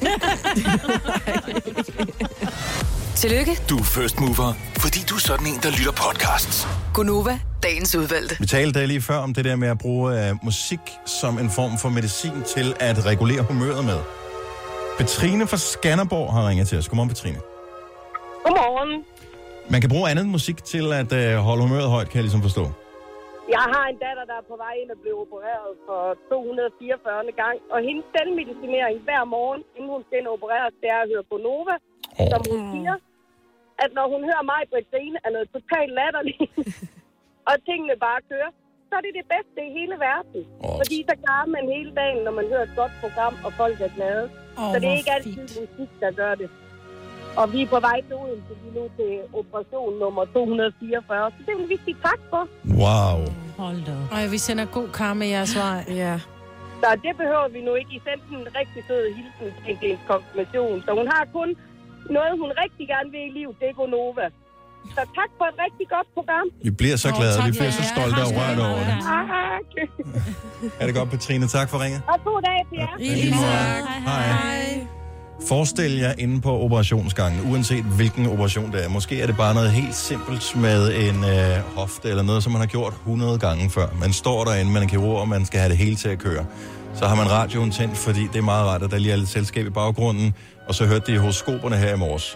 Tillykke, Du er first mover, fordi du er sådan en, der lytter podcasts. Gunova, dagens udvalgte. Vi talte lige før om det der med at bruge uh, musik som en form for medicin til at regulere humøret med. Petrine fra Skanderborg har ringet til os. Godmorgen, Petrine. Godmorgen. Man kan bruge andet musik til at uh, holde humøret højt, kan jeg ligesom forstå. Jeg har en datter, der er på vej ind og blev opereret for to hundrede og fireogfyrre gang, og hendes selvmedicinering hver morgen, inden hun skal ind og opereres, det er at høre Gonova, oh. som hun siger, at når hun hører mig, Britt Grine, er noget totalt latterligt, og tingene bare kører. så er det det bedste i hele verden. Oh. Fordi så klarer man hele dagen, når man hører et godt program, og folk er glade. Oh, så det er ikke altid musik, der gør det. Og vi er på vej til Odense lige nu til operation nummer to hundrede fireogfyrre. Så det vil vi sige tak for. Wow. Hold da. Ej, vi sender god karma i jeres vej. Ja. Så det behøver vi nu ikke. I sendte en rigtig sød hilsen til ens konfirmation. Så hun har kun noget, hun rigtig gerne vil i livet. Det er Gonova. Så tak for et rigtig godt program. Vi bliver så glade, oh, vi bliver så stolte og rørt over det. Tak. Er det godt, Petrine? Tak for ringet. Og god dag til jer. I lige måde. Hej. Hej. Forestil jer inde på operationsgangen, uanset hvilken operation det er. Måske er det bare noget helt simpelt med en øh, hofte eller noget, som man har gjort hundrede gange før. Man står derinde med en kirurg, og man skal have det hele til at køre. Så har man radioen tændt, fordi det er meget rart, at der lige er lidt selskab i baggrunden. Og så hørte de horoskoperne her i morges.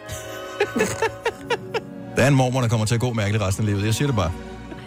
Der er en mormor, der kommer til at gå mærkeligt resten af livet. Jeg siger det bare.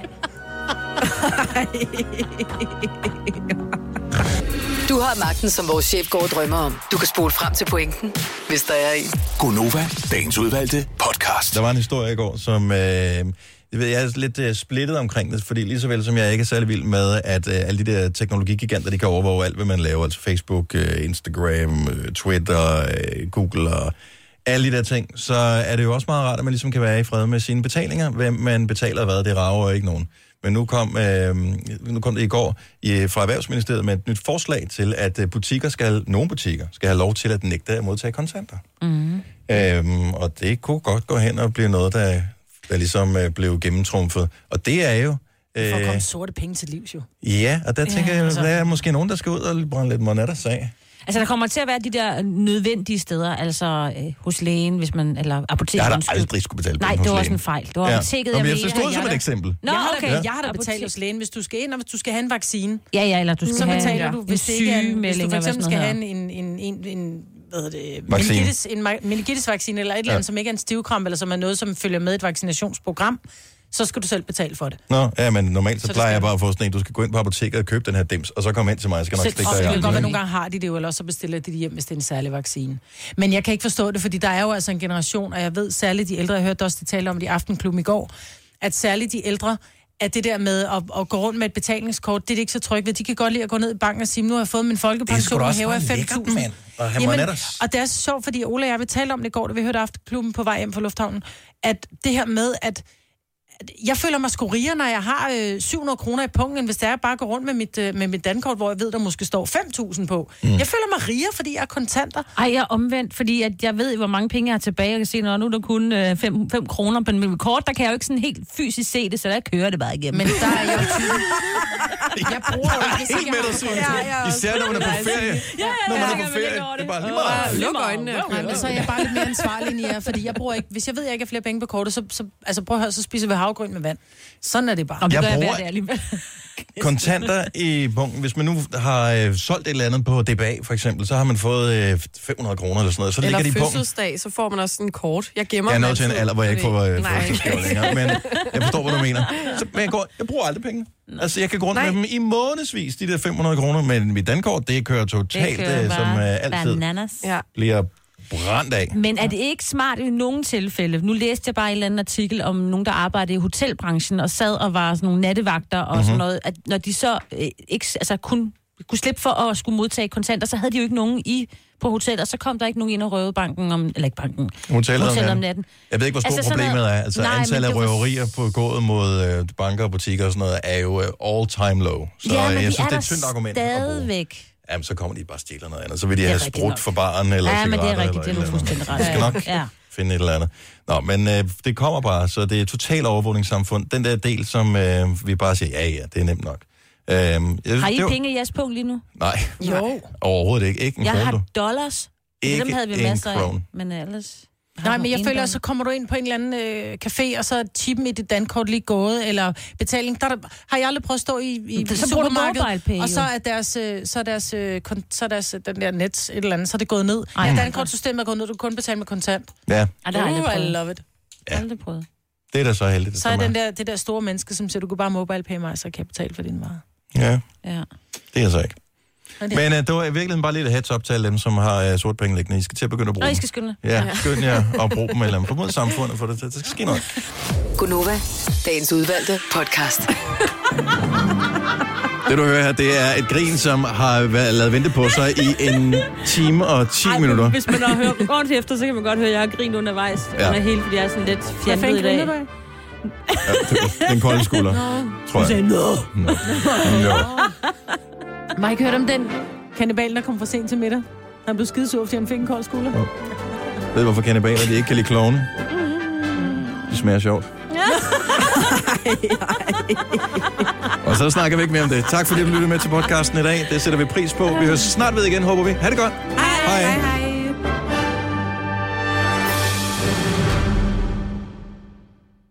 Du har magten, som vores chef går og drømmer om. Du kan spole frem til pointen, hvis der er en. Gonova, dagens udvalgte podcast. Der var en historie i går, som... Øh, jeg ved, jeg er lidt øh, splittet omkring det, fordi lige så vel som jeg ikke er særlig vild med, at øh, alle de der teknologigiganter, de kan overvåge alt, hvad man laver. Altså Facebook, øh, Instagram, øh, Twitter, øh, Google og alle de der ting. Så er det jo også meget rart, at man ligesom kan være i fred med sine betalinger. Hvem man betaler hvad, det rager ikke nogen. Men nu kom, øh, nu kom det i går i, fra Erhvervsministeriet med et nyt forslag til, at butikker skal, nogle butikker skal have lov til at nægte at modtage kontanter. Mm-hmm. Øhm, og det kunne godt gå hen og blive noget, der, der ligesom øh, blev gennemtrumfet. Og det er jo... Øh, For at komme sorte penge til livs, jo. Ja, og der Ja, tænker jeg, altså. der er måske nogen, der skal ud og brænde lidt monetter-sag. Altså, der kommer til at være de der nødvendige steder, altså øh, hos lægen, hvis man, eller apoteket. Jeg har da undskyld. aldrig skulle betale Nej, penge hos det var lægen. også en fejl. Det var Ja. apoteket, Nå, men jeg mener. forstod det som et eksempel. Nå, jeg har okay. Da, jeg har da Apotek. betalt hos lægen, hvis du skal ind, og hvis du skal have en vaccine. Ja, ja, eller du skal så have betaler ja. du, hvis, en det ikke er, en- hvis du sygemelding for eller eksempel sådan skal noget have en, en, en, en hvad hedder det, Vaccine. meningitis, en ma- meningitis-vaccine, eller et eller andet, Ja. som ikke er en stivkramp, eller som er noget, som følger med et vaccinationsprogram, så skal du selv betale for det. Nå, ja, men normalt så, Så det plejer skal jeg bare at få sådan en, du skal gå ind på apoteket og købe den her dims, og så komme ind til mig, jeg skal nok Selv, stikke og dig det i kan godt være, armen. nogle gange har de det jo, eller også så bestiller de det hjem, hvis det er en særlig vaccine. Men jeg kan ikke forstå det, fordi der er jo altså en generation, og jeg ved særligt de ældre, jeg hørte også, de talte om det i Aftenklubben i går, at særligt de ældre, at det der med at, at gå rundt med et betalingskort, det er det ikke så trygt ved. De kan godt lide at gå ned i banken og sige, nu har jeg fået min Det er sgu folkepension, da og også hæver bare jeg fem lækkert, tusind. mand, at have monetters. Og det er så sjovt, fordi Ola og jeg, vi talte om det i går, da vi hørte Aftenklubben på vej hjem fra Lufthavnen, at det her med, at jeg føler mig sgu rigere, når jeg har øh, syv hundrede kroner i pungen, end hvis det er bare at gå rundt med mit, øh, med mit dankort, hvor jeg ved, der måske står fem tusind på. Mm. Jeg føler mig rigere, fordi jeg er kontanter. Ej, jeg er omvendt, fordi at jeg ved, hvor mange penge jeg har tilbage. Jeg kan se, når nu er der kun øh, fem, fem kroner på mit kort, der kan jeg jo ikke sådan helt fysisk se det, så der kører det bare igennem. Men der er jo typen. Jeg bruger jo ikke, Helt med dig, Signe. Især når man er på ferie. Ja, Når man ja, er på jeg ferie. vil ikke over Det er det. bare lige meget. Luk øjnene. Nej, men så er jeg bare lidt mere ansvarlig end jer, fordi jeg bruger ikke, hvis jeg ved, at jeg ikke har flere penge på kortet, så, så altså prøv at høre, så spiser vi havregryn med vand. Sådan er det bare. Og det Jeg gør jeg bruger- hver dag alligevel. Kontanter i bunken. Hvis man nu har øh, solgt et eller andet på D B A, for eksempel, så har man fået øh, fem hundrede kroner eller sådan noget. Så Eller ligger de i bunken. fødselsdag, så får man også sådan en kort. Jeg gemmer Jeg er dem nået til en altid, alder, hvor jeg ikke får øh, Nej. fødselsdagsgave længere. Men jeg forstår, hvad du mener. Så, men jeg, går, jeg bruger aldrig penge. Altså, jeg kan gå rundt Nej. med dem i månedsvis, de der fem hundrede kroner. Men mit dankort, det kører totalt, Det kører øh, som bare øh, altid bananas. Ja. bliver brændt af. Men er det ikke smart i nogle tilfælde? Nu læste jeg bare en eller anden artikel om nogen, der arbejdede i hotelbranchen og sad og var sådan nogle nattevagter og Mhm. mm-hmm. sådan noget. At når de så øh, ikke, altså kun kunne slippe for at skulle modtage kontanter, så havde de jo ikke nogen i på hotellet, og så kom der ikke nogen ind og røvede banken om, eller ikke banken, Hotellet om hotellet om natten. natten. Jeg ved ikke, hvor stort Altså, sådan problemet noget- er. Altså, Nej, antallet af men det var- røverier på gået mod øh, banker og butikker og sådan noget, er jo øh, all-time low. Så ja, men jeg de synes, er det er der et tyndt argument at bruge. stadigvæk. Jamen, så kommer de bare og stjæler noget andet. Så vil de Det er have rigtigt sprut nok. for baren eller Ja, men det er cigaretter rigtigt, eller det er et du eller andet. fuldstændig ret De skal i. nok Ja. finde et eller andet. Nå, men øh, det kommer bare, så det er et totalt overvågningssamfund. Den der del, som øh, vi bare siger, ja, ja, det er nemt nok. Øh, jeg, Har I det var- penge i jeres punkt lige nu? Nej, Jo. overhovedet ikke. Ikke en Jeg krone. har du. dollars. Ikke Dem havde vi en masser af. krone. Men ellers... Nej, men jeg føler, at så kommer du ind på en eller anden øh, café, og så er chippen i dit dankort lige gået, eller betaling. Der, er der, har jeg aldrig prøvet at stå i, i Så bruger du supermarkedet, MobilePay, og så jo. er deres, øh, så er deres, øh, kon, så er deres øh, den der net, et eller andet, så er det gået ned. Ej, Ja, nej. dankortsystemet er gået ned, du kan kun betale med kontant. Ja, Ej, det har jeg aldrig Uh, I prøvet. love it. Ja. Aldrig prøvet. det er da så heldigt. Så er den der, det der store menneske, som siger, du kan bare mobile pay mig, så kan jeg betale for din vare. Ja, Ja. det er så ikke. Men uh, det var i virkeligheden bare lidt et heads up til alle dem, som har uh, sort penge liggende. I skal til at begynde at bruge Nå, I dem. skal skynde. Ja, skynd jer og bruge dem, eller formod samfundet for det. Det skal ske noget. Gunova, dagens udvalgte podcast. Det du hører her, det er et grin, som har været, lavet vente på sig i en time og ti Ej, minutter. Hvis man har hørt ordentligt efter, så kan man godt høre, at jeg har grinet undervejs. Ja. Ja. Under hele, fordi jeg er sådan lidt fjantet i dag. Ja, det er en kold skulder, tror jeg. Du sagde, no. No. No. Må jeg ikke hørt om den kannibal, der kom for sent til middag? Han blev skidesur, fordi han fik en kold skulder. Oh. Ved du, hvorfor kannibaler de ikke kan lide klovne? De smager sjovt. Og så snakker vi ikke mere om det. Tak fordi du lyttede med til podcasten i dag. Det sætter vi pris på. Vi høres snart ved igen, håber vi. Ha' det godt. Hej. Hej.